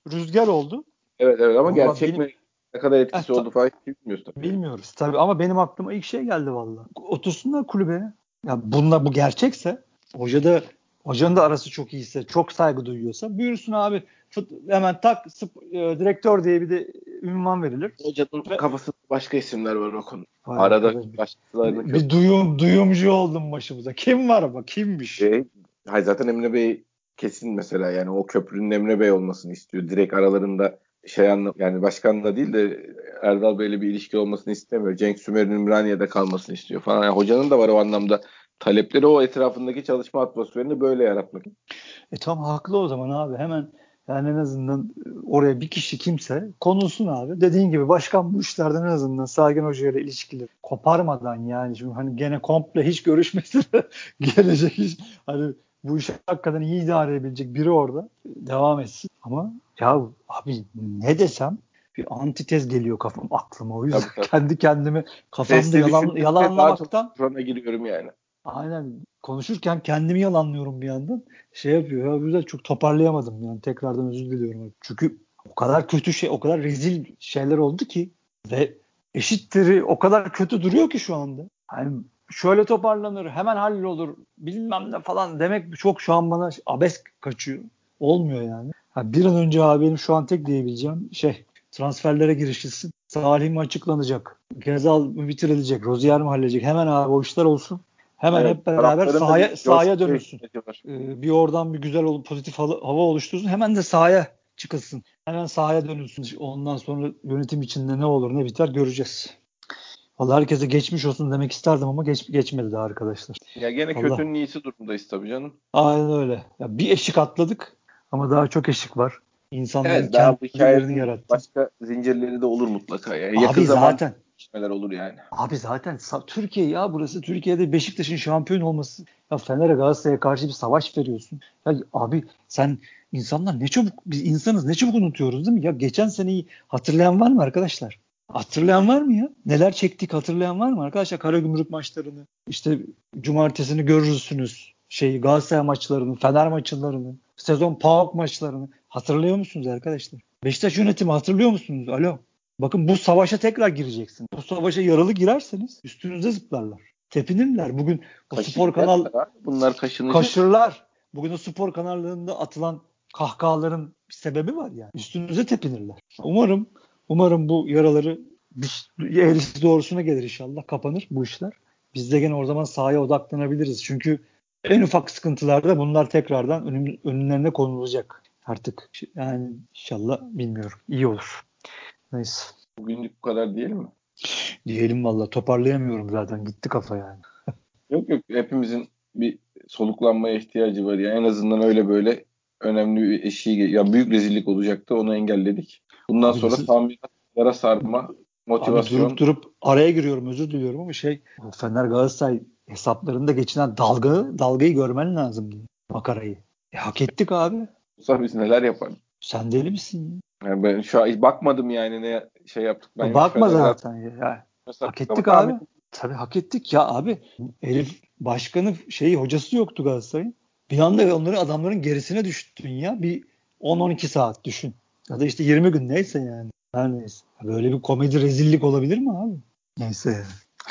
rüzgar oldu. Evet evet ama Vallahi gerçek benim, mi, ne kadar etkisi eh, oldu falan hiç bilmiyoruz tabii. bilmiyoruz tabii ama benim aklıma ilk şey geldi vallahi. Otursunlar kulübe. Ya bunlar bu gerçekse, hoca da hocanın da arası çok iyiyse, çok saygı duyuyorsa buyursun abi. Fut, hemen tak sp- e, direktör diye bir de ünvan verilir. Hocanın Ve kafasında başka isimler var o konu. vay Arada arkadaş, başkalarını bir, kök. bir duyum duyumcu oldum başımıza. Kim var ama kimmiş? Şey, hayır zaten Emre Bey kesin mesela yani o köprünün Emre Bey olmasını istiyor. Direkt aralarında şey anla yani başkanla değil de Erdal Bey'le bir ilişki olmasını istemiyor. Cenk Sümer'in Ümraniye'de kalmasını istiyor falan. Yani hocanın da var o anlamda talepleri, o etrafındaki çalışma atmosferini böyle yaratmak. E tamam, haklı o zaman abi. Hemen yani en azından oraya bir kişi kimse konulsun abi. Dediğin gibi başkan bu işlerden en azından Sergen Hoca ile ilişkileri koparmadan, yani şimdi hani gene komple hiç görüşmesi de gelecek iş. Hani bu işi hakikaten iyi idare edebilecek biri orada devam etsin. Ama ya abi ne desem bir antitez geliyor kafam aklıma. O yüzden Tabii tabii. kendi kendimi kafamda Stresli yalan, düşündükçe daha çok yalanlamaktan buhrana giriyorum yani. aynen konuşurken kendimi yalanlıyorum bir yandan. Şey yapıyor. Ya güzel, çok toparlayamadım yani. Tekrardan özür diliyorum. Çünkü o kadar kötü şey, o kadar rezil şeyler oldu ki ve eşitleri o kadar kötü duruyor ki şu anda. Hani şöyle toparlanır, hemen hallolur, bilmem ne falan demek çok şu an bana abes kaçıyor. Olmuyor yani. Ha, bir an önce abi benim şu an tek diyebileceğim şey, transferlere girişilsin. Salih mi açıklanacak? Gezal mı bitirilecek? Rozier mi halledecek? Hemen abi o işler olsun. Hemen Evet. hep beraber Taraftarın da bir sahaya, sahaya coşkuya dönülsün. ihtiyacı var. Ee, bir oradan bir güzel olup pozitif hava, hava oluştursun. Hemen de sahaya çıkılsın. Hemen sahaya dönülsün. Ondan sonra yönetim içinde ne olur ne biter göreceğiz. Vallahi herkese geçmiş olsun demek isterdim ama geç, geçmedi daha arkadaşlar. Ya gene Allah. kötünün iyisi durumdayız tabii canım. Aynen öyle. Ya bir eşik atladık ama daha çok eşik var. İnsanların Evet, daha bu kendilerini hikayenin yarattı. başka zincirleri de olur mutlaka. Yani yakın Abi zamanda zaten gelişmeler olur yani. Abi zaten sa- Türkiye ya burası. Türkiye'de Beşiktaş'ın şampiyon olması. Ya Fener'e Galatasaray'a karşı bir savaş veriyorsun. Ya abi sen, insanlar ne çabuk, biz insanız ne çabuk unutuyoruz değil mi? Ya geçen seneyi hatırlayan var mı arkadaşlar? Hatırlayan var mı ya? Neler çektik hatırlayan var mı arkadaşlar? Karagümrük maçlarını, işte cumartesini görürsünüz. Şey, Galatasaray maçlarını, Fener maçlarını, sezon PAOK maçlarını hatırlıyor musunuz arkadaşlar? Beşiktaş yönetimi hatırlıyor musunuz? Alo. Bakın bu savaşa tekrar gireceksin. Bu savaşa yaralı girerseniz üstünüze zıplarlar. Tepinirler. Bugün o spor kanal Kaşıyacaklar abi. Bunlar kaşınacak. kaşırlar. Bugün o spor kanallarında atılan kahkahaların bir sebebi var yani. Üstünüze tepinirler. Umarım umarım bu yaraları bir, eğrisi doğrusuna gelir inşallah. Kapanır bu işler. Biz de gene o zaman sahaya odaklanabiliriz. Çünkü en ufak sıkıntılarda bunlar tekrardan önüm, önlerine konulacak. Artık yani inşallah, bilmiyorum. İyi olur. Neyse. Bugünlük bu kadar değil mi? Diyelim valla, toparlayamıyorum zaten, gitti kafa yani. Yok yok, hepimizin bir soluklanmaya ihtiyacı var. Yani en azından öyle böyle önemli bir eşiği, ya büyük rezillik olacaktı, onu engelledik. Bundan Abi sonra nasıl, tamirat, yara sarma, abi durup motivasyon. durup araya giriyorum, özür diliyorum ama şey, o Fener Galatasaray hesaplarında geçinen dalga dalgayı görmen lazım diye, makarayı. E, hak ettik abi. Olsa biz neler yapardık? Sen deli misin Yani ben şu an bakmadım yani ne şey yaptık. Ben ya? hiç Bakma Fener'den zaten ya. Ya, hak sattık ama ettik tahmin. abi. Tabii hak ettik ya abi. Herif başkanı, şeyi, hocası yoktu Galatasaray'ın. Bir anda onların, adamların gerisine düştün ya. Bir on on iki saat düşün. Ya da işte yirmi gün, neyse yani. Her neyse. Böyle bir komedi rezillik olabilir mi abi? Neyse.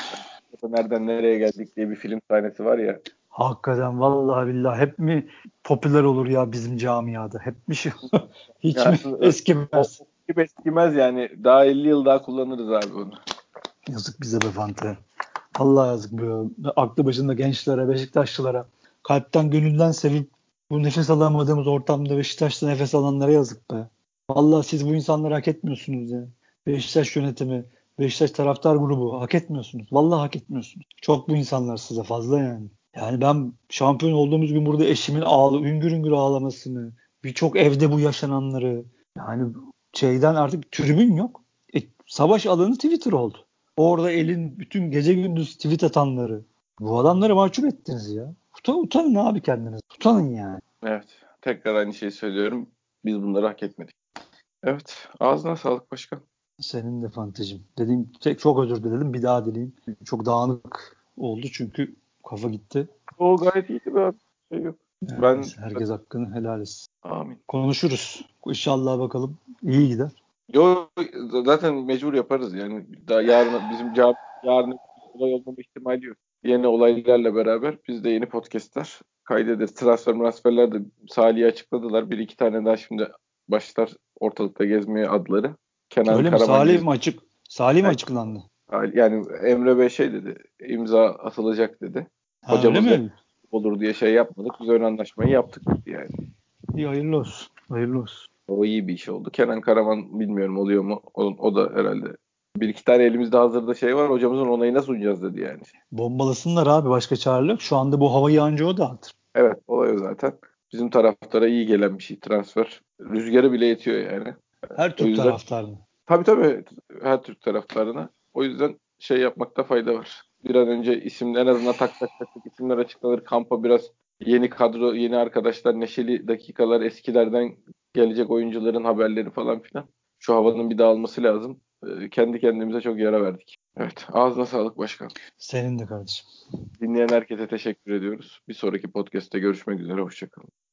Nereden nereye geldik diye bir film sahnesi var ya. Hakikaten vallahi billahi hep mi popüler olur ya bizim camiada? Hep mi şey? Hiç mi Yani o, o eskimez? gibi eskimez yani. Daha elli yıl daha kullanırız abi onu. Yazık bize be Fante. Vallahi yazık be. Aklı başında gençlere, Beşiktaşlılara, kalpten gönülden sevip bu nefes alamadığımız ortamda Beşiktaş'ta nefes alanlara yazık be. Vallahi siz bu insanları hak etmiyorsunuz ya. Beşiktaş yönetimi, Beşiktaş taraftar grubu hak etmiyorsunuz. Vallahi hak etmiyorsunuz. Çok bu insanlar size fazla yani. Yani ben şampiyon olduğumuz gün burada eşimin ağlı, üngür üngür ağlamasını, birçok evde bu yaşananları, yani şeyden artık tribün yok. E, savaş alanı Twitter oldu. Orada elin bütün gece gündüz tweet atanları. Bu adamları mahcup ettiniz ya. Utan, utanın abi kendiniz. Utanın yani. Evet. Tekrar aynı şeyi söylüyorum. Biz bunları hak etmedik. Evet. Ağzına sağlık başkan. Senin de fantezim. Dediğim tek, çok özür diledim. Bir daha dileyim. Çok dağınık oldu çünkü kafa gitti. O gayet iyiydi be abi. Şey yok. Yani Ben neyse, herkes hakkını helal etsin. amin. Konuşuruz. İnşallah bakalım iyi gider. Yo, zaten mecbur yaparız yani. Daha yarın bizim cevap yarın olay olmama ihtimali yok. Yeni olaylarla beraber biz de yeni podcastler kaydederiz. Transfer transferler de Salih'i açıkladılar. Bir iki tane daha şimdi başlar ortalıkta gezmeye adları. Kenan Öyle mi? Karaman Salih gibi. mi açık? Salih mi Yani, açıklandı? yani Emre Bey şey dedi. İmza atılacak dedi. Ha öyle Hocamız da mi? olur diye şey yapmadık. Biz ön anlaşmayı yaptık dedi yani. İyi hayırlı olsun. Hayırlı olsun. O iyi bir iş oldu. Kenan Karaman bilmiyorum oluyor mu? O, o da herhalde. Bir iki tane elimizde hazırda şey var. Hocamızın onayına sunacağız dedi yani. Bombalasınlar abi. Başka çare yok. Şu anda bu hava yağınca o dağıtır. Evet, olay o zaten. Bizim taraftara iyi gelen bir şey transfer. Rüzgarı bile yetiyor yani. Her O Türk yüzden taraftarını. tabii tabii her Türk taraftarına. O yüzden şey yapmakta fayda var. Bir an önce isim en azından tak tak tak tak isimler açıklanır. Kampa biraz yeni kadro, yeni arkadaşlar, neşeli dakikalar, eskilerden gelecek oyuncuların haberleri falan filan. Şu havanın bir dağılması lazım. Ee, kendi kendimize çok yara verdik. Evet, ağzına sağlık başkan. Senin de kardeşim. Dinleyen herkese teşekkür ediyoruz. Bir sonraki podcast'te görüşmek üzere. Hoşçakalın.